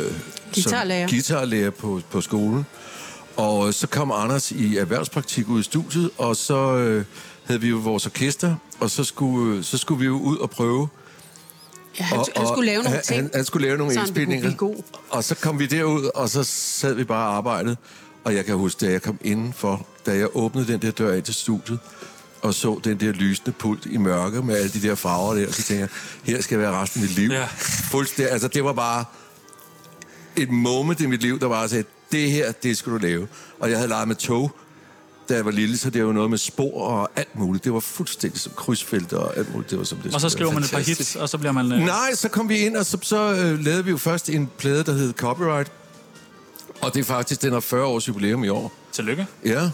guitarlærer på skolen. Og så kom Anders i erhvervspraktik ud i studiet, og så havde vi jo vores orkester, og så skulle vi jo ud og prøve. Ja, han skulle lave nogle ting. Han skulle lave nogle indspilninger. Og så kom vi derud, og så sad vi bare og arbejdede. Og jeg kan huske, da jeg kom indenfor, da jeg åbnede den der dør af til studiet, og så den der lysende pult i mørke med alle de der farver der, og så tænkte jeg, her skal jeg være resten af mit liv. Ja. Altså, det var bare et moment i mit liv, der bare sagde, det her, det skal du lave. Og jeg havde leget med tog, da jeg var lille, så det var noget med spor og alt muligt. Det var fuldstændig som krydsfelter og alt muligt. Det var som det. Og så skriver man et par hits, og så bliver man... Nej, så kom vi ind, og så lavede vi jo først en plade, der hed Copyright. Og det er faktisk, den har 40 års jubilæum i år. Tillykke. Ja.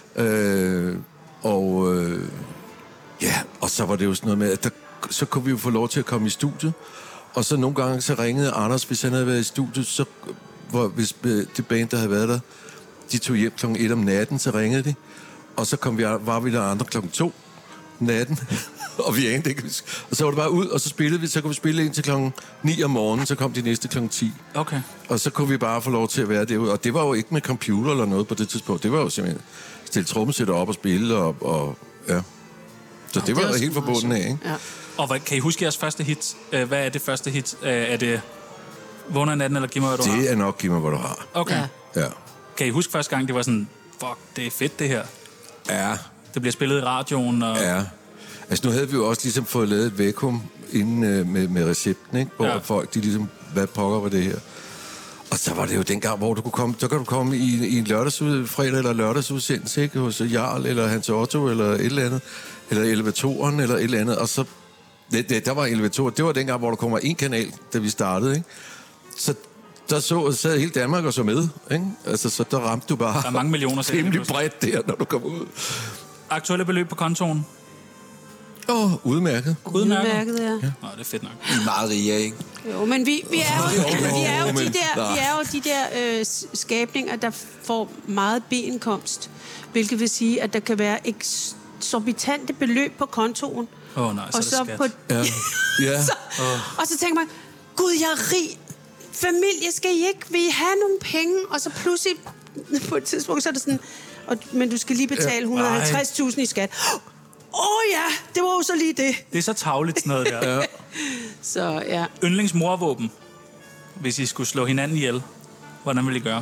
Og så var det jo sådan noget med, at så kunne vi jo få lov til at komme i studiet. Og så nogle gange, så ringede Anders, hvis han havde været i studiet, så hvor hvis det band, der havde været der, de tog hjem klokken 1 om natten, så ringede de, og så var vi der andre klokken 2 natten, og vi anede ikke. Og så var det bare ud, og så spillede vi, så kunne vi spille ind til klokken 9 om morgenen, så kom de næste klokken 10. Okay. Og så kunne vi bare få lov til at være derude, og det var jo ikke med computer eller noget på det tidspunkt, det var jo simpelthen stille trommesætter op og spille, og ja. Så det var jo helt forbundet af, ikke? Ja. Og kan I huske jeres første hit? Hvad er det første hit? Er det Vågner natten, eller Giv mig, hvad du har? Det er nok Giv mig, hvad du har. Okay. Ja. Kan I huske første gang, det var sådan, fuck, det er fedt det her? Ja. Det bliver spillet i radioen, og... Ja. Altså nu havde vi jo også ligesom fået lavet et vakuum inden med recepten, ikke? Hvor folk, de ligesom, hvad pokker var det her? Og så var det jo dengang, hvor så kan du komme i en fredag eller lørdagsudsendelse, ikke? Hos Jarl, eller Hans Otto, eller et eller andet. Eller Elevatoren, eller et eller andet. Og så, der var Elevatoren, det var dengang, hvor der kommer en kanal, da vi startede, ikke? Så der sad hele Danmark og så med, ikke? Altså, så der ramte du bare... Der er mange millioner temmelig bredt der, når du kom ud. Aktuelle beløb på kontoen? Udmærket. Udmærket, ja. Nå, det er fedt nok. I er meget rige, ikke? Jo, men vi er jo de der skabninger, der får meget B-indkomst. Hvilket vil sige, at der kan være eksorbitante beløb på kontoen. Nej, så og så på og så tænker man, gud, jeg er rig. Familie, skal I ikke? Vil I have nogle penge? Og så pludselig, på et tidspunkt, så er det sådan, men du skal lige betale 150.000 i skat. Ja, det var jo så lige det. Det er så tarveligt sådan noget der. Så ja. Yndlingsmorvåben, hvis I skulle slå hinanden ihjel, hvordan ville I gøre?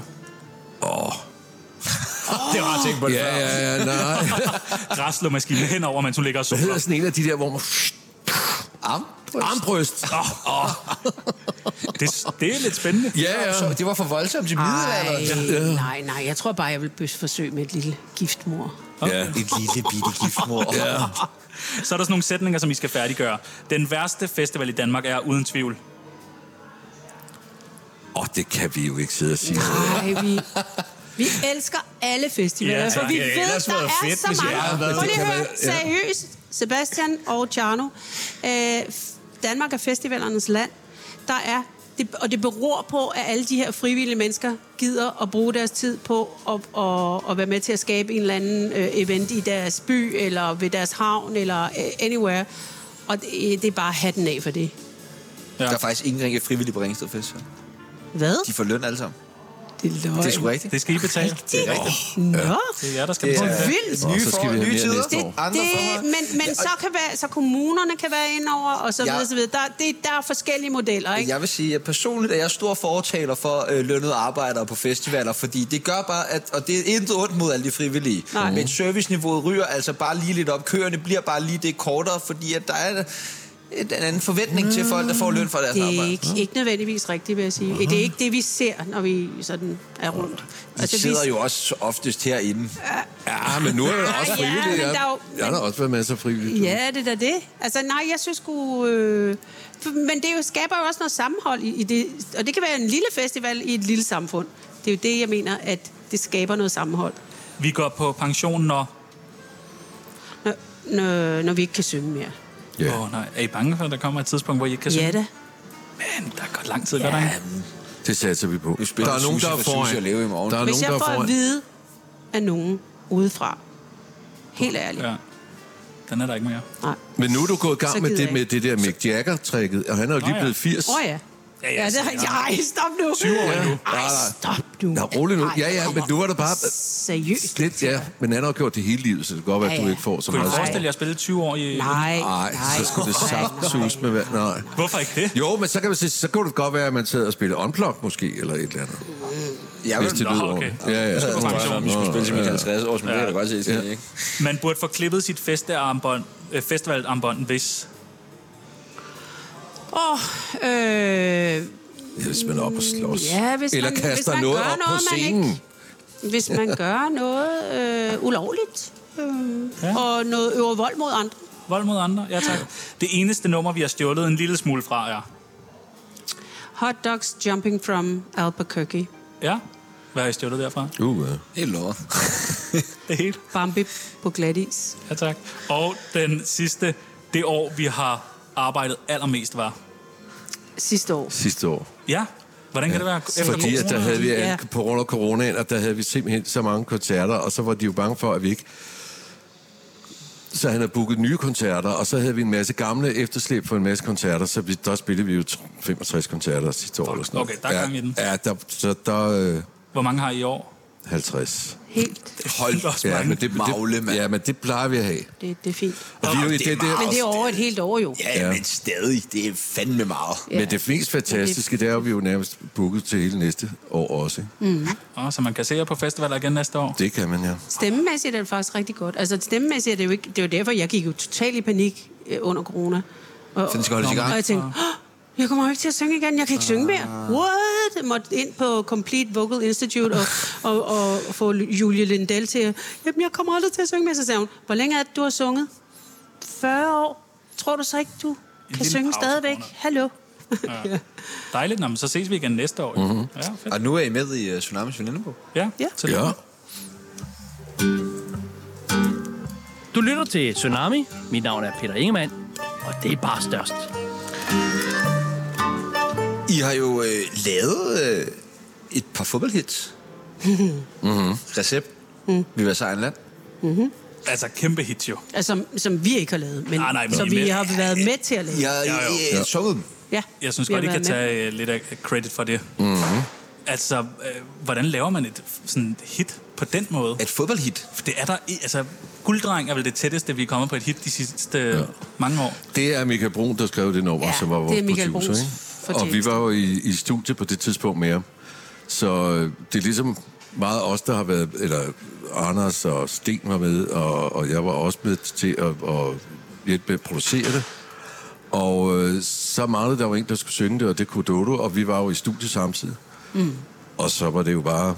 Det var jeg tænkt på det før. Ja, nej. Græsslåmaskinen henover, mens hun ligger og Hvad soler. hedder sådan en af de der, hvor man... Armbryst. Det er lidt spændende. Ja. Det var for voldsomt til middelalderen. Nej, jeg tror bare, jeg vil forsøge med et lille giftmor. Ja. Et lille bitte giftmor. Så er der sådan nogle sætninger, som I skal færdiggøre. Den værste festival i Danmark er uden tvivl. Det kan vi jo ikke sidde og sige. Nej, vi elsker alle festivaler, for vi ved, der er så mange. Prøv lige at høre, seriøst, Sebastian og Tjerno. Danmark er festivalernes land. Og det beror på, at alle de her frivillige mennesker gider at bruge deres tid på at være med til at skabe en eller anden event i deres by, eller ved deres havn, eller anywhere. Og det er bare hatten af for det. Ja. Der er faktisk ingen ringe frivillige på Ringsted Festival. Hvad? De får løn alle sammen. Det er sgu rigtigt. Det skal I betale. Det er rigtigt. Nå. Det er jer, der skal betale. Vildt. Nye tider. Men så kommunerne kan være ind over, og så videre, så videre. Der er forskellige modeller, ikke? Jeg vil sige, at personligt er jeg stor fortaler for lønnede arbejdere på festivaler, fordi det gør bare, og det er intet ondt mod alle de frivillige. Nej. Men serviceniveauet ryger altså bare lige lidt op. Køerne bliver bare lige det kortere, fordi at der er en anden forventning til folk, der får løn for deres arbejde. Det er ikke nødvendigvis rigtigt, vil jeg sige. Det er ikke det, vi ser, når vi sådan er rundt. Vi sidder jo også oftest herinde. Ja, men nu er det også frivilligt. Jeg har også været masser af frivilligt. Ja, det er det. Altså, nej, jeg synes sgu... Men det skaber jo også noget sammenhold i det. Og det kan være en lille festival i et lille samfund. Det er jo det, jeg mener, at det skaber noget sammenhold. Vi går på pension, når vi ikke kan synge mere. Yeah. Nej. Er I bange for, at der kommer et tidspunkt, hvor I ikke kan synge? Ja da. Men der er godt lang tid, gør der ikke? Det satser vi på. Der er nogen, der er foran. Hvis jeg får at vide af nogen udefra, helt ærligt. Ja. Den er der ikke mere. Nej. Men nu er du gået i gang med det der Mick Jagger-tricket, og han er jo lige blevet 80. Ja, det har jeg. Stop nu. 20 år nu. Stop nu. Nå, rolig nu. Ja, men nu er det bare... Seriøst. Lidt, ja. Men han har gjort det hele livet, så det kan godt være, at du ikke får så meget. Kunne I forestille jer at spille 20 år i... Nej, så skulle det saftsus med hvad? Nej. Hvorfor ikke det? Jo, men så kan man sige, så kunne det godt være, at man sidder og spiller Unplugged måske, eller et eller andet. Ja, hvis det lyder okay. Ja. Vi skulle spille til mit 50 års, men det er da godt set, ikke? Man burde få klippet sit festivalarmbånd, hvis... Hvis man er oppe og slås. Ja, eller kaster noget op på scenen. Hvis man gør noget ulovligt, og noget øver vold mod andre. Vold mod andre, ja tak. Det eneste nummer, vi har stjålet en lille smule fra jer. Hot Dogs Jumping from Albuquerque. Ja, hvad har I stjålet derfra? Helt lort. Det hele. Bambi på glatis. Ja tak. Og den sidste, det år, vi har arbejdet allermest var... Sidste år. Sidste år. Ja. Hvordan kan det være? Fordi at der havde vi, på grund af coronaen, og der havde vi simpelthen så mange koncerter, og så var de jo bange for, at vi ikke... Så han havde booket nye koncerter, og så havde vi en masse gamle efterslæb for en masse koncerter, så der spillede vi jo 65 koncerter sidste år. Eller sådan noget. Okay, der er gang i den. Ja, der Hvor mange har I i år? 50. Helt. Men det plejer vi at have. Det er fint. Og vi, men det er over et helt år jo. Ja, men stadig. Det er fandme meget. Ja. Men det mest fantastiske, det er jo, vi jo nærmest booket til hele næste år også. Så man kan se jer på festivaler igen næste år? Det kan man, ja. Stemmemæssigt er det faktisk rigtig godt. Altså stemmemæssigt er det jo ikke... Det var derfor, jeg gik jo totalt i panik under corona. Og jeg tænkte... Jeg kommer ikke til at synge igen. Jeg kan ikke synge mere. What? Jeg måtte ind på Complete Vocal Institute og få Julie Lindell til... Jamen, jeg kommer aldrig til at synge mere. Så sagde hun, hvor længe er det, du har sunget? 40 år. Tror du så ikke, du kan synge stadigvæk? Hallo? Ja. Dejligt. Nå, men så ses vi igen næste år. Mm-hmm. Ja, fedt. Og nu er I med i Tsunamis venindebog? Ja. Du lytter til Tsunami. Mit navn er Peter Ingemann, og det er bare størst. I har jo lavet et par fodboldhits. Recept. Vi vil sejre land. Altså kæmpe hits jo. Altså, som vi ikke har lavet, men som vi har været med til at lave. Jeg sunget dem. Ja. Jeg synes godt, I kan tage lidt af credit for det. Altså, hvordan laver man et sådan hit på den måde? Et fodboldhit? For det er der... Altså, Gulddreng er vel det tætteste, vi er kommet på et hit de sidste mange år. Det er Michael Brun, der skrev det nummer, som var vores producer, ikke? Og vi var jo i studie på det tidspunkt med ham. Så det er ligesom meget os, der har været... Eller Anders og Sten var med, og jeg var også med til at hjælpe med at producere det. Og så manglede der jo en, der skulle synge det, og det kunne Dodo, og vi var jo i studie samtidig. Og så var det jo bare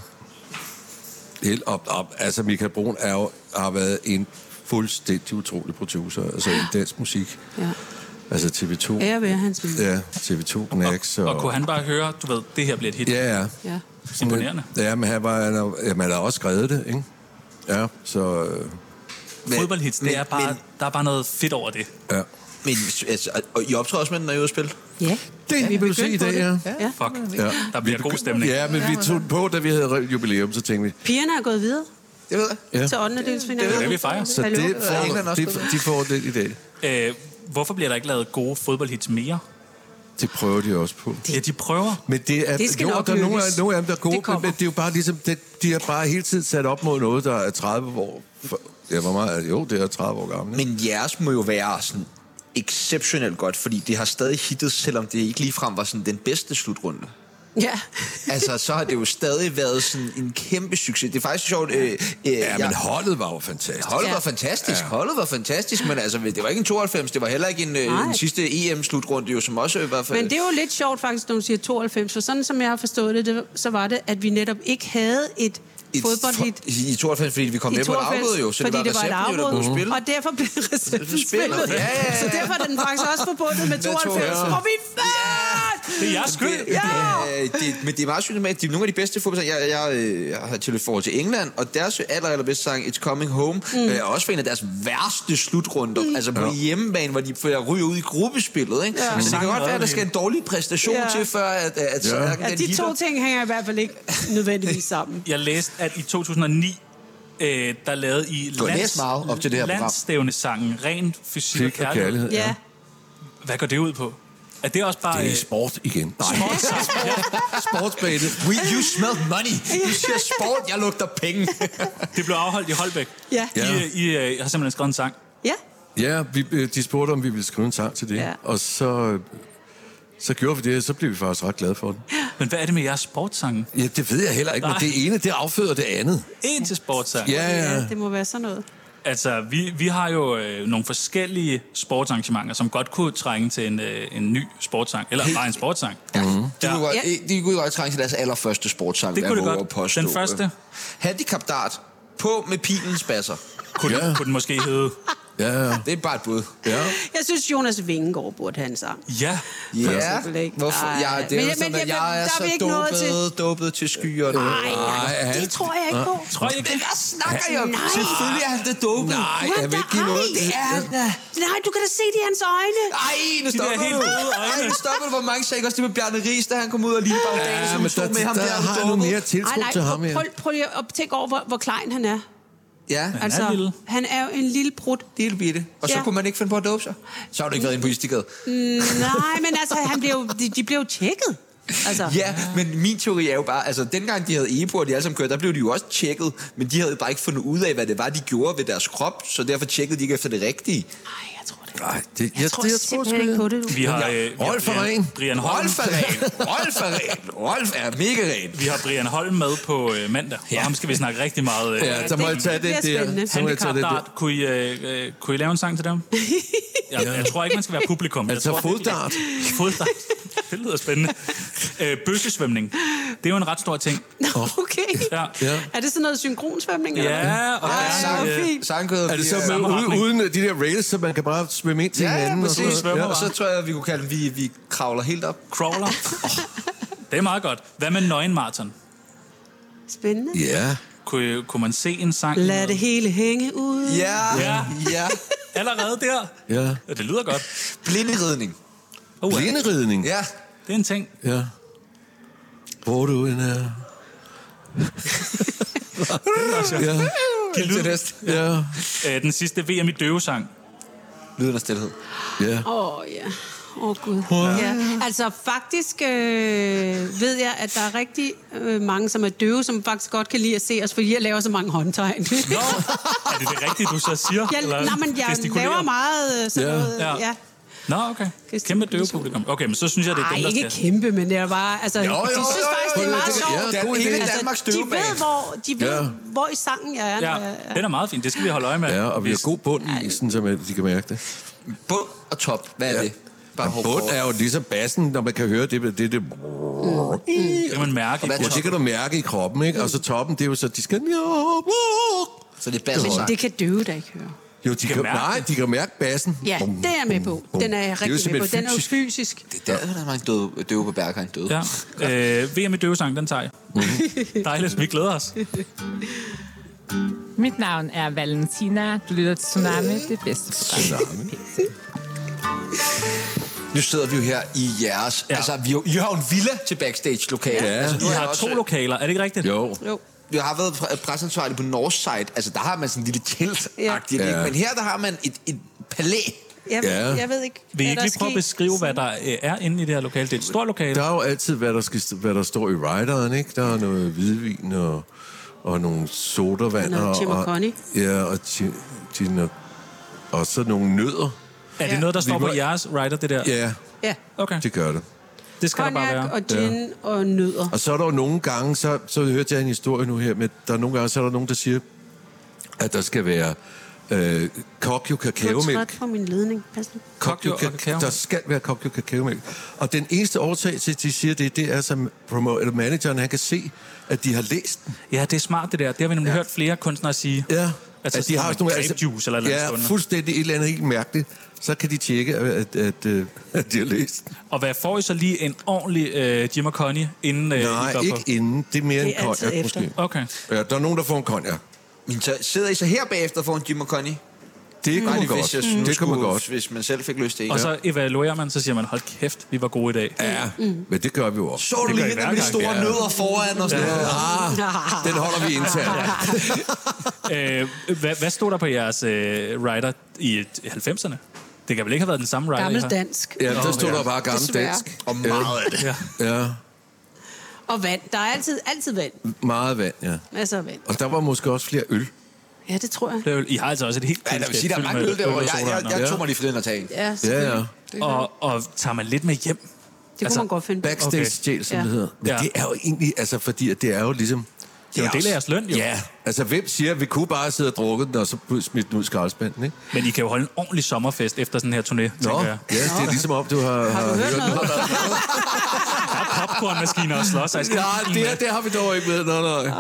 helt op. Altså, Michael Brun har været en fuldstændig utrolig producer, altså i dansk musik. Ja. Altså TV2. Ære ved hans musik. Ja, TV2, Knacks. Og kunne han bare høre, du ved, det her bliver et hit? Ja. Imponerende. Ja, men man har også skrevet det, ikke? Ja, så... Fodboldhits, det er bare, der er bare noget fedt over det. Ja. Men altså, og I optræder også med den, når I er ude at spille? Ja. Det vi vil se i dag, ja. Fuck. Ja. Der bliver god stemning. Ja, men vi tog på, da vi havde jubilæum, så tænkte vi... Pigerne er gået videre. Det ved jeg. Ja. Til 8. delsfinalen. Det er vi fejrer. Så de får det i dag. Hvorfor bliver der ikke lavet gode fodboldhits mere? Det prøver de også på. Ja, de prøver. Men det er, det skal der er nogle af dem, der er gode, men det er jo bare ligesom, de har bare hele tiden sat op mod noget, der er 30 år. Ja, hvor meget? Jo, det er 30 år gammel. Men jeres må jo være sådan exceptionelt godt, fordi det har stadig hittet, selvom det ikke ligefrem var sådan den bedste slutrunde. Ja. Altså, så har det jo stadig været sådan en kæmpe succes. Det er faktisk sjovt. Men holdet var jo fantastisk. Holdet var fantastisk, men altså, det var ikke en 92, det var heller ikke en sidste EM-slutrunde, jo, som også i hvert fald... Men det er jo lidt sjovt faktisk, når du siger 92, for sådan som jeg har forstået det, så var det, at vi netop ikke havde et fodboldhit. I 92, fordi vi kom med på et afbud jo, så fordi det var et afbud, og derfor blev recepten spillet. Ja. Så derfor er den faktisk også forbundet med 92, og vi fandt! Det er jeres skyld. Men det er meget sygt med, at nogle af de bedste fodboldsanger, jeg har til forhold til England, og deres allerbedste sang, It's Coming Home, er også en af deres værste slutrunder, altså på hjemmebane, hvor de ryger ud i gruppespillet, ikke? Så det kan godt være, at der skal en dårlig præstation til, før at de to ting hænger i hvert fald ikke nødvendigvis sammen. Jeg læste, at i 2009, der lavede I landstævnesangen Ren Fysik og Kærlighed. Ja. Hvad går det ud på? Er det også bare... Det er sport igen. Sportsbane. You smell money. Du siger sport, jeg lugter penge. Det blev afholdt i Holbæk. Ja. I har simpelthen skrevet en sang. Ja. Ja, de spurgte, om vi ville skrive en sang til det. Ja. Og så gjorde vi det, og så blev vi faktisk ret glade for den. Men hvad er det med jeres sportssange? Ja, det ved jeg heller ikke, men det ene, det afføder det andet. En til sportssang? Ja, det må være sådan noget. Altså, vi har jo nogle forskellige sportsarrangementer, som godt kunne trænge til en ny sportssang, eller bare en sportssang. Ja. De kunne godt trænge til deres allerførste sportssang. Det kunne det godt. Den første. Handicap Dart på med pilens basser. Kunne den måske hedde Ja. Det er bare et bud. Ja. Jeg synes, Jonas Vingegaard burde have en sang. Ja. Ja, hvorfor? Ja, det er jo sådan, at jeg er så dopet til skyer. Nej, det tror jeg ikke på. Tror jeg ikke? Hvad snakker jeg om? Selvfølgelig er han det dopet. Nej, jeg vil ikke give noget. Det er da. Nej, du kan da se det i hans øjne. Ej, nu stopper helt røde øjne. Nu stopper du, hvor mange sagde også det med Bjarne Riis, da han kom ud og lige bare dagen, som stod med ham der. Der har jeg mere tiltro til ham. Prøv lige at tænke over, hvor klein han er. Ja, Altså, han er jo en lille brud. lille bitte. Og så kunne man ikke finde på at dope sig. Så har du ikke været inde på Istegade. Nej, men altså, de blev jo tjekket. Altså. Ja, men min teori er jo bare, altså dengang de havde EPO, og de alle sammen kørte, der blev de jo også tjekket, men de havde bare ikke fundet ud af, hvad det var, de gjorde ved deres krop, så derfor tjekkede de ikke efter det rigtige. Nej, jeg tror det. Nej, Jeg tror simpelthen ikke på det. Vi har Rolf er ren. Brian Holm. Rolf er mega ren. Vi har Brian Holm med på mandag, og ham skal vi snakke rigtig meget. Ja, så må jeg tage det der. Handicapdart. Kunne I lave en sang til dem? Jeg tror ikke, man skal være publikum. Altså foddart. Foddart. Det lyder spændende. Bøssesvømning. Det er jo en ret stor ting. Okay. Ja. Er det sådan noget synkronsvømning? Ja, og Sangkøder. Er det så uden de der rails, så man kan bare svømme ind til hinanden? Ja, præcis. Og så tror jeg, vi kunne kalde det, vi kravler helt op. Crawler. Det er meget godt. Hvad med nøgenmarathon? Spændende. Ja. Kunne man se en sang? Lad det hele hænge ud. Ja. Allerede der? Ja. Det lyder godt. Blinderidning. Blinderidning? Ja. Det er en ting. Ja. Hvor du end er. Ja. Ja. Den sidste VM i døvesang. Lyden af stilhed. Ja. Ja. Gud. Ja. Altså faktisk ved jeg, at der er rigtig mange, som er døve, som faktisk godt kan lide at se os, fordi jeg laver så mange håndtegn. Nå, er det rigtige, du så siger? Jeg laver meget sådan noget. Ja. Nå, okay. Kæmpe døvepublikum. Okay, men så synes jeg, det er dem, der ikke kæmpe, men det er bare... Altså, de synes faktisk, det er meget sjovt. Hele Danmarks døveband. De ved, hvor i sangen jeg er. Ja, det er meget fint. Det skal vi holde øje med. Ja, og vi har god bund i, sådan, så de kan mærke det. Bund og top, hvad er det? Bund er jo ligesom bassen, når man kan høre det. Det kan man mærke. Ja, det kan du mærke i kroppen, ikke? Og så toppen, det er jo så, de skal... Så det er bassen. Men det kan døve da ikke høre. Jo, de kan mærke bassen. Ja, det er jeg med på. Den er jeg rigtig med på. Den er jo fysisk. Det er der er mange døve på Berghain døde. Ja. VM i døvesang, den tager jeg. Dejligt, vi glæder os. Mit navn er Valentina. Du lytter til Tsunami, det bedste program. Nu sidder vi jo her i jeres... Ja. Altså, I har jo en villa til backstage-lokale. Ja. Altså, I har 2 lokaler, er det ikke rigtigt? Jo. Jeg har været presseansvarlig på Northside. Altså, der har man sådan en lille telt-agtigt. Ja. Men her, der har man et palæ. Jeg ved ikke, vil I ikke lige prøve at beskrive, hvad der er inde i det her lokale? Det er et stort lokale. Der er jo altid, hvad der står i rideren, ikke? Der er noget hvidvin og nogle sodavand. Og Jim og Connie. Ja, og så nogle nødder. Er det noget, der står på jeres rider, det der? Ja, okay. Det gør det. Det skal Cognac der bare være. Og gin og nødder. Og så er der jo nogle gange, så hørte jeg en historie nu her, med, der er nogle gange, så er der nogen, der siger, at der skal være kokjo kakaomælk. Du er træt fra min ledning. Der skal være kokjo kakaomælk. Og den eneste årsag til, at de siger det er, som manageren, han kan se, at de har læst den. Ja, det er smart det der. Det har vi nemlig hørt flere kunstnere sige. Ja. Altså at de har sådan nogle juice eller noget. Ja, fuldstændig et eller andet helt mærkeligt. Så kan de tjekke, at de har læst den. Og hvad får I så lige en ordentlig Jim og Connie inden Nej, I går på? ikke inden. Det er mere en cognac måske. Okay. Ja, der er nogen, der får en cognac. Men så sidder I så her bagefter for en Jim og Connie? Det kunne man godt. Det kunne man godt. Hvis man selv fik lyst til. Og så evaluerer man, så siger man, hold kæft, vi var gode i dag. Ja, men det gør vi jo også. Så du lige med de store nødder foran og sådan noget? Den holder vi internt. Hvad stod der på jeres rider i 90'erne? Det kan vel ikke have været den samme rider? Gammel dansk. Ja, der stod der bare gammel dansk. Og meget af det. Ja. Og vand. Der er altid vand. Meget vand, ja. Masser af vand. Og der var måske også flere øl. Ja, det tror jeg. I har altså også et helt Ja, der vil sige, der er mange øl derovre. Jeg tog mig lige for den at tage en. Ja. Og tager man lidt med hjem? Det kunne man godt finde. Backstage stjæl, som det hedder. Men det er jo egentlig, altså fordi det er jo ligesom, Det er jo en del af jeres løn, jo. Ja, altså hvem siger, at vi kunne bare sidde og drukke den, og så smidt den ud i skraldespanden, ikke? Men I kan jo holde en ordentlig sommerfest efter sådan her turné, tænker jeg. Ja, det er ligesom om, du har hørt noget. Der er popcornmaskiner og slås. Nej, det har vi dog ikke med.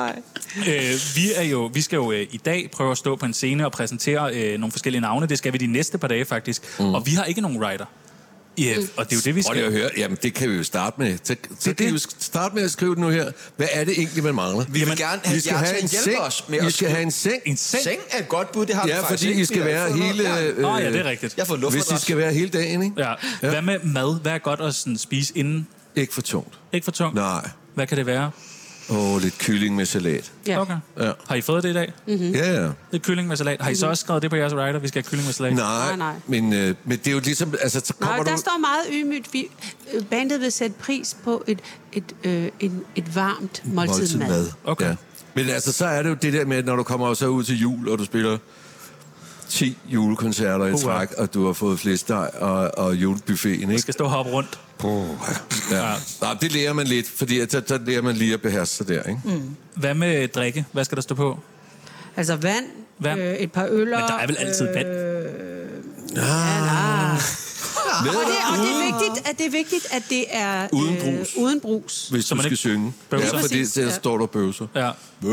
Nej. Vi skal jo i dag prøve at stå på en scene og præsentere nogle forskellige navne. Det skal vi de næste par dage, faktisk. Og vi har ikke nogen writer. Ja, og det er jo det, vi skal... Prøv at høre. Jamen, det kan vi jo starte med. Så kan vi jo starte med at skrive det nu her. Hvad er det egentlig, man mangler? Vi vil gerne have jer til at hjælpe os med Vi skal have en seng. En seng? Seng er et godt bud, det har vi faktisk fordi I skal være hele... ja, det er rigtigt. Jeg har fået hvis I skal være hele dagen, ikke? Ja. Hvad med mad? Hvad er godt at sådan spise inden? Ikke for tungt. Ikke for tungt? Nej. Hvad kan det være? Lidt kylling med salat. Ja. Okay. Ja. Har I fået det i dag? Mm-hmm. Ja. Lidt kylling med salat. Har I så også skrevet det på jeres writer? Vi skal have kylling med salat? Nej. Men det er jo ligesom... Altså, så kommer der står meget ydmygt. Bandet vil sætte pris på et varmt måltid mad. Okay. Ja. Men altså, så er det jo det der med, når du kommer så ud til jul, og du spiller 10 julekoncerter i træk, og du har fået flæskesteg og julebuffeten, ikke? Du skal stå og hoppe rundt. Ja. Nej, det lærer man lidt, fordi så lærer man lige at beherske sig der, ikke? Hvad med drikke? Hvad skal der stå på? Altså vand. Et par øller. Men der er vel altid vand? Og det er vigtigt, at det er uden brus. Hvis du skal synge. Bøvser. Ja, fordi der står der bøvser. Ja.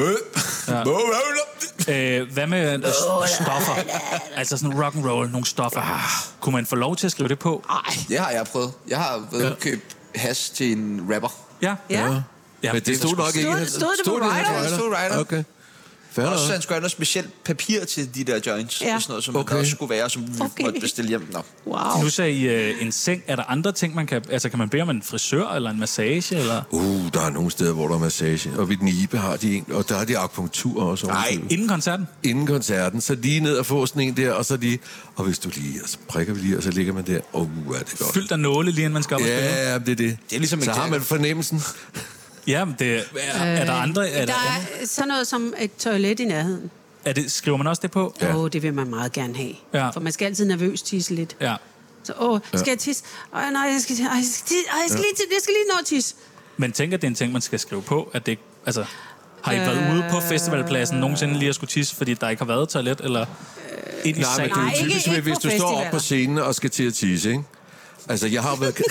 Hvad med stoffer? Altså sådan rock and roll, nogle stoffer. Kunne man få lov til at skrive det på? Nej, det har jeg prøvet. Jeg har købt hash til en rapper. Ja. Men det stod nok ikke. Stod det på writer? Stod writer. Okay. Også han skulle have noget specielt papir til de der joints, og sådan noget, som der også skulle være, som vi måtte bestille hjem. Wow. Nu sagde I en seng. Er der andre ting, man kan... Altså, kan man bede om en frisør eller en massage? Eller? Der er nogle steder, hvor der er massage. Og ved Nibe har de en, og der har de akupunktur også. Nej, inden koncerten? Inden koncerten. Så lige ned og få sådan en der, og så lige... Og hvis du lige... Og så prikker vi lige, og så ligger man der. Er det godt. Fyldt af nåle lige, inden man skal op og spille? Ja, det er det. Det er ligesom så har man fornemmelsen. Ja, men det er der andre... Der er sådan noget som et toilet i nærheden. Skriver man også det på? Ja. Det vil man meget gerne have. Ja. For man skal altid nervøs tisse lidt. Ja. Så, skal jeg tisse? Nej, jeg skal lige nå at tisse. Men tænker, det er en ting, man skal skrive på? At det, altså, har I været ude på festivalpladsen nogensinde lige at skulle tisse, fordi der ikke har været toilet? Eller ind i nej, men det er jo typisk, hvis du står op på scenen og skal til at tisse, ikke? Altså, jeg har været...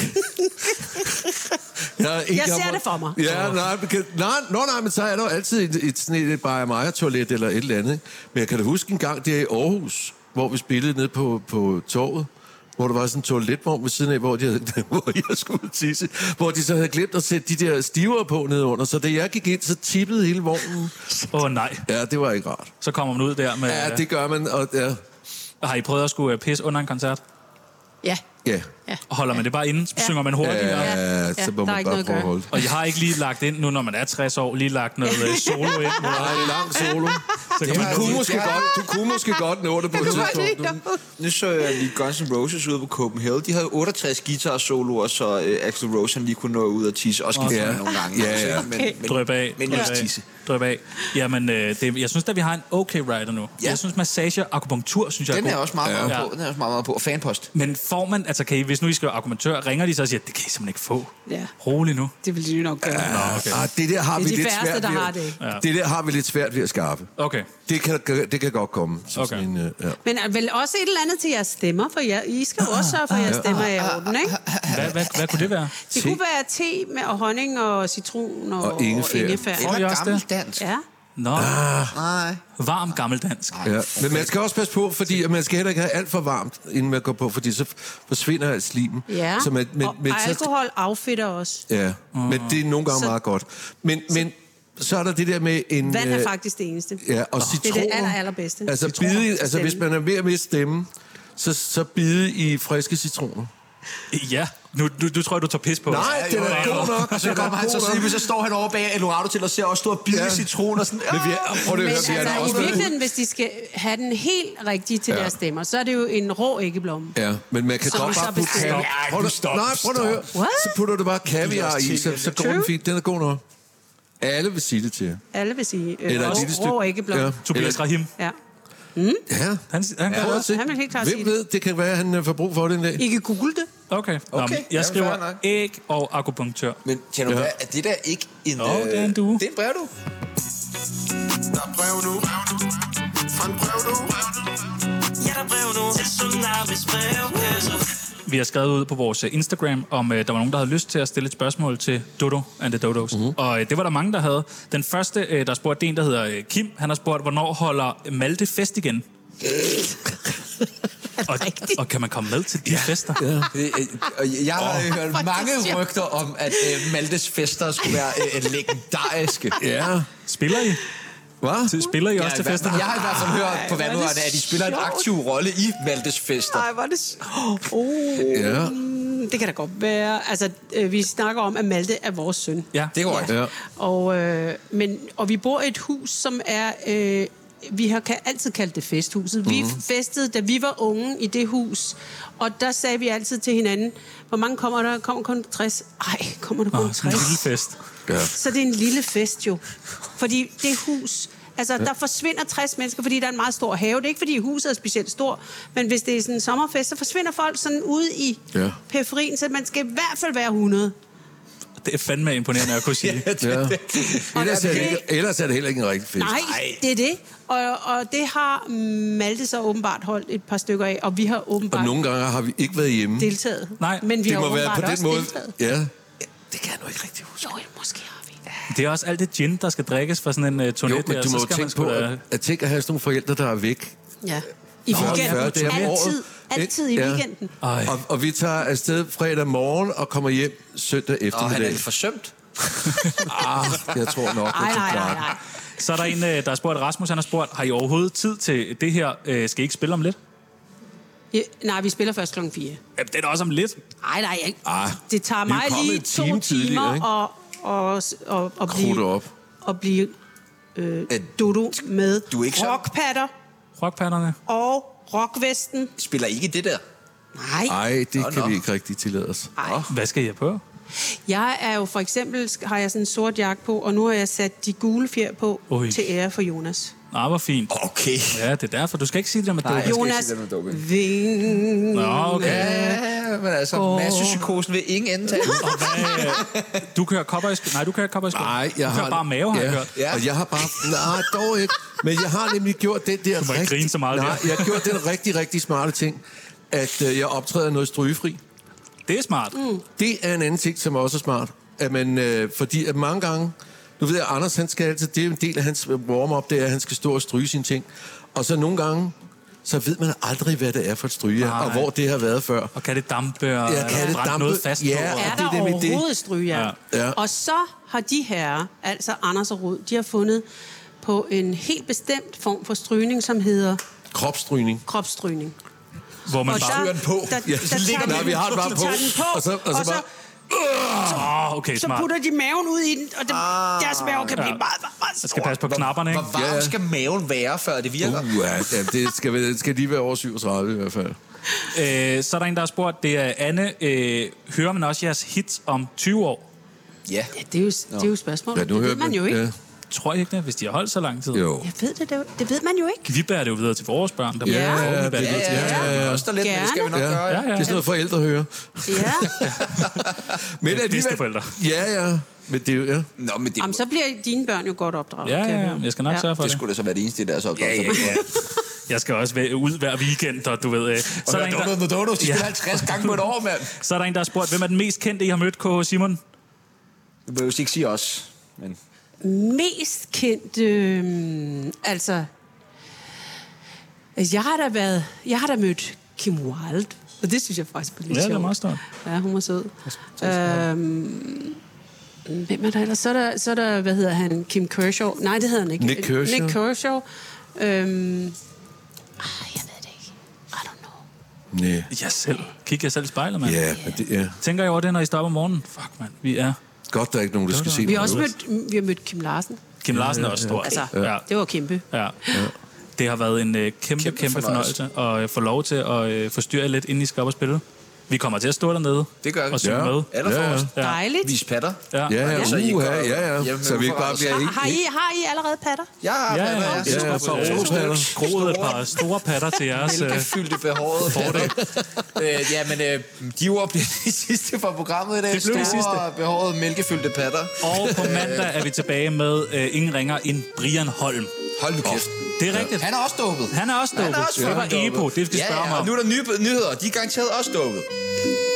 Jeg ser det for mig. Ja, nej, men så er der jo altid et Bayer Meyer-toilet eller et eller andet. Men jeg kan da huske en gang der i Aarhus, hvor vi spillede ned på torvet, hvor der var sådan en toiletvogn ved siden af, hvor jeg skulle tisse, hvor de så havde glemt at sætte de der stiver på ned under. Så da jeg gik ind, så tippede hele vognen. Nej. Ja, det var ikke rart. Så kommer man ud der med... Ja, det gør man. Og, ja. Har I prøvet at skulle pisse under en koncert? Ja. Ja. Og holder man det bare inde? Synger man hurtigt? Ja, så må man bare prøve. Og jeg har ikke lige lagt ind, nu når man er 60 år, lige lagt noget solo ind. Nej, en lang solo. Så du kunne måske godt nå det på et tidspunkt. Nu så jeg lige Guns N' Roses ude på Copenhagen. De havde 68 guitar-soloer, så Axl Rose lige kunne nå ud og tisse. Også nogle gange. Ja. Drøb af. Men jeg tisse. Drøb af. Jamen, jeg synes at vi har en okay writer nu. Ja. Jeg synes, massage og akupunktur, synes jeg er god. Den er også meget meget på. Og fanpost. Men får man, altså kan I, hvis nu I skal være akupunktør, ringer de så og siger, det kan I simpelthen ikke få. Ja. Rolig nu. Det vil de nok gøre. Det der har vi lidt svært ved. Det der har vi lidt svært ved at skaffe. Okay. Det kan godt komme. Okay. Men vel også et eller andet til jeres stemmer, for I skal jo også sørge for, at jeres stemmer er i orden, ikke? Hvad kunne det være? Det kunne være te med honning og citron og ingefær. Det er gammeldansk. Ja. Nej. Varm gammeldansk. Ja. Men man skal også passe på, fordi man skal heller ikke have alt for varmt, inden man går på, fordi så forsvinder alt slimen. Ja, så og alkohol affedter også. Ja, men det er nogle gange meget godt. Men så er der det der med en... Vand er faktisk det eneste. Ja, og citroner. Det er det allerbedste. Altså, hvis man er ved at miste stemme, så bide i friske citroner. Ja, nu tror jeg, du tager pis på. Nej, det er god nok. Og så kommer han så står han over bag Eldorado til og ser også store billige citroner. Sådan, Men i virkeligheden, hvis de skal have den helt rigtige til deres stemmer, så er det jo en rå æggeblomme. Ja, men man kan godt bare putte kaviar. Prøv at høre. Så putter du bare kaviar i, så går den fint. Den er god nok. Alle vil sige det til jer. Alle vil sige rå æggeblomme. Tobias Rahim. Ja. Ja, han kan også han vil helt klart hvem ved, det kan være, at han får brug for det en dag. I kan google det. Okay. Jeg skriver æg og akupunktør. Men tjener du, er det der ikke en... det er en due. Det er en brevdue. Der er brev nu. Fra en brev nu. Ja, der er brev nu til Tsunamis brevkasse. Vi har skrevet ud på vores Instagram, om der var nogen, der havde lyst til at stille et spørgsmål til Dodo and the Dodos. Og det var der mange, der havde. Den første, der spurgte, det er en, der hedder Kim. Han har spurgt, hvornår holder Malte fest igen? Og kan man komme med til de fester? Ja. Jeg har hørt mange rygter om, at Maltes fester skulle være legendariske. Ja. Spiller I? Hvad? Spiller I også til festerne? Jeg har i hvert fald hørt på vandrørene, at de spiller en aktiv rolle i Maltes fester. Nej, var det Ja. Det kan da godt være. Altså, vi snakker om, at Malte er vores søn. Ja, det går ikke. Ja. Og vi bor i et hus, som er... vi har altid kaldt det festhuset. Vi festede, da vi var unge i det hus. Og der sagde vi altid til hinanden, hvor mange kommer der? Kommer kun 60? Ej, kommer der kun 60? En lille fest. Ja. Så det er en lille fest jo. Fordi det hus... Altså, der forsvinder 60 mennesker, fordi der er en meget stor have. Det er ikke, fordi huset er specielt stort, men hvis det er sådan en sommerfest, så forsvinder folk sådan ude i periferien, så man skal i hvert fald være 100. Det er fandme imponerende at kunne sige. Ellers er det heller ikke en rigtig fest. Nej, det er det. Og det har Malte så åbenbart holdt et par stykker af, og vi har åbenbart... Og nogle gange har vi ikke været hjemme. Deltaget. Nej, men vi det har må være åbenbart på den også måde. deltaget. Ja. Det kan jeg nu ikke rigtig huske. Jo, måske har vi. Det er også alt det gin, der skal drikkes for sådan en turné. Jo, men du må jo tænke på, at tænke at have sådan nogle forældre, der er væk. Ja. I weekenden. Altid i weekenden. Og vi tager afsted fredag morgen og kommer hjem søndag eftermiddag. Og han er lidt forsømt. Jeg tror nok, at det Nej. Så er der en, der har spurgt, Rasmus, han har spurgt, har I overhovedet tid til det her? Skal I ikke spille om lidt? Ja, nej, vi spiller først klokken 4. Ja, det er da også om lidt. Nej. Det tager mig lige 2 timer at blive... Og blive Dodo med rockpatterne og rockvesten. Spiller I ikke det der? Nej, det kan vi ikke rigtig tillade os. Hvad skal jeg på? Jeg er jo for eksempel, har jeg sådan en sort jakke på, og nu har jeg sat de gule fjer på til ære for Jonas. Hvor fint. Okay. Ja, det er derfor. Du skal ikke sige det med det. Jonas Ving. Okay. Ja, men altså, massepsykosen vil ingen ende tage. Du kører cowboysko? Nej, du kører cowboysko. Nej, jeg kører bare mave, har jeg hørt. Ja. Og jeg har bare... Nej, dog ikke. Men jeg har nemlig gjort den der... Du må ikke grine så meget. Nej, jeg har gjort den rigtig smarte ting, at jeg optræder noget strygefri. Det er smart. Det er en anden ting, som også er smart. At man, fordi at mange gange... Nu ved jeg, Anders, han skal altid... Det er jo en del af hans warm-up, det er, at han skal stå og stryge sine ting. Og så nogle gange, så ved man aldrig, hvad det er for et stryge, og hvor det har været før. Og kan det dampe, og kan det dampe noget fast på? Ja, er der overhovedet stryge? Ja. Og så har de her, altså Anders og Rud, de har fundet på en helt bestemt form for strygning, som hedder... Kropsstrygning. Hvor man bare stryger den på. Vi har den bare på. Og så bare... okay, så putter de maven ud i den, og deres mave kan blive meget Jeg skal passe på knapperne, ikke? Hvor varm skal maven være, før det virker? Det skal lige være over 37 i hvert fald. Så er der en, der har spurgt, det er Anne, hører man også jeres hits om 20 år? Ja. Det er jo spørgsmål. Det ved man jo ikke. Ja. Tror I ikke det, hvis de har holdt så lang tid? Jo. Jeg ved det ved man jo ikke. Vi bærer det jo videre til vores børn. Der det koster lidt, men det skal vi nok gøre. Det er sådan noget forældre hører. Ja. Men bedsteforældre. Ja. Men det er jo, Nå, men det... Jamen, så bliver dine børn jo godt opdraget. Ja. Jeg skal nok sørge for det. Det skulle da så være det eneste i deres opdragelse. Ja. Jeg skal også ud hver weekend, og du ved... Så er der en, der... De spiller 50 gange på et år, mand. Så er der en, der har spurgt, hvem er den mest kendte, I har mødt, K. Simon? Det vil jo ikke sige os, men... Mest kendt... altså... Jeg har da mødt Kim Wilde, og det synes jeg faktisk var lidt sjovt. Ja, det er meget stort. Ja, hun var sød. Hvem er der ellers? Så er der, hvad hedder han? Kim Kershaw? Nej, det hedder han ikke. Nick Kershaw. Jeg ved det ikke. I don't know. Nej. Jeg selv. Kig jer selv i spejlet, mand. Ja, men det er... Tænker I over det, når I står op om morgenen? Fuck, mand. Vi er... Godt, der er ikke nogen, der skal se. Vi har mødt Kim Larsen. Kim Larsen er også stor. Altså, det var kæmpe. Ja. Det har været en kæmpe fornøjelse at få lov til at forstyrre lidt, inden I skal op og spille. Vi kommer til at stå dernede. Det gør vi. Og synge med. Allerforrest. Ja. Dejligt. Vis patter. Ja. Ja. Så vi ikke bare bliver helt... Har I allerede patter? Ja. Groet et par store patter til jeres... Mælkefyldte behårede patter. De ord bliver de sidste fra programmet i dag. Det blev de sidste. Behårede mælkefyldte patter. Og på mandag er vi tilbage med ingen ringer end Brian Holm. Hold nu kæft. Det er rigtigt. Han er også dopet. Det var EPO, det skal vi spørge om. Og nu er der nye nyheder. De er garanteret også dopet.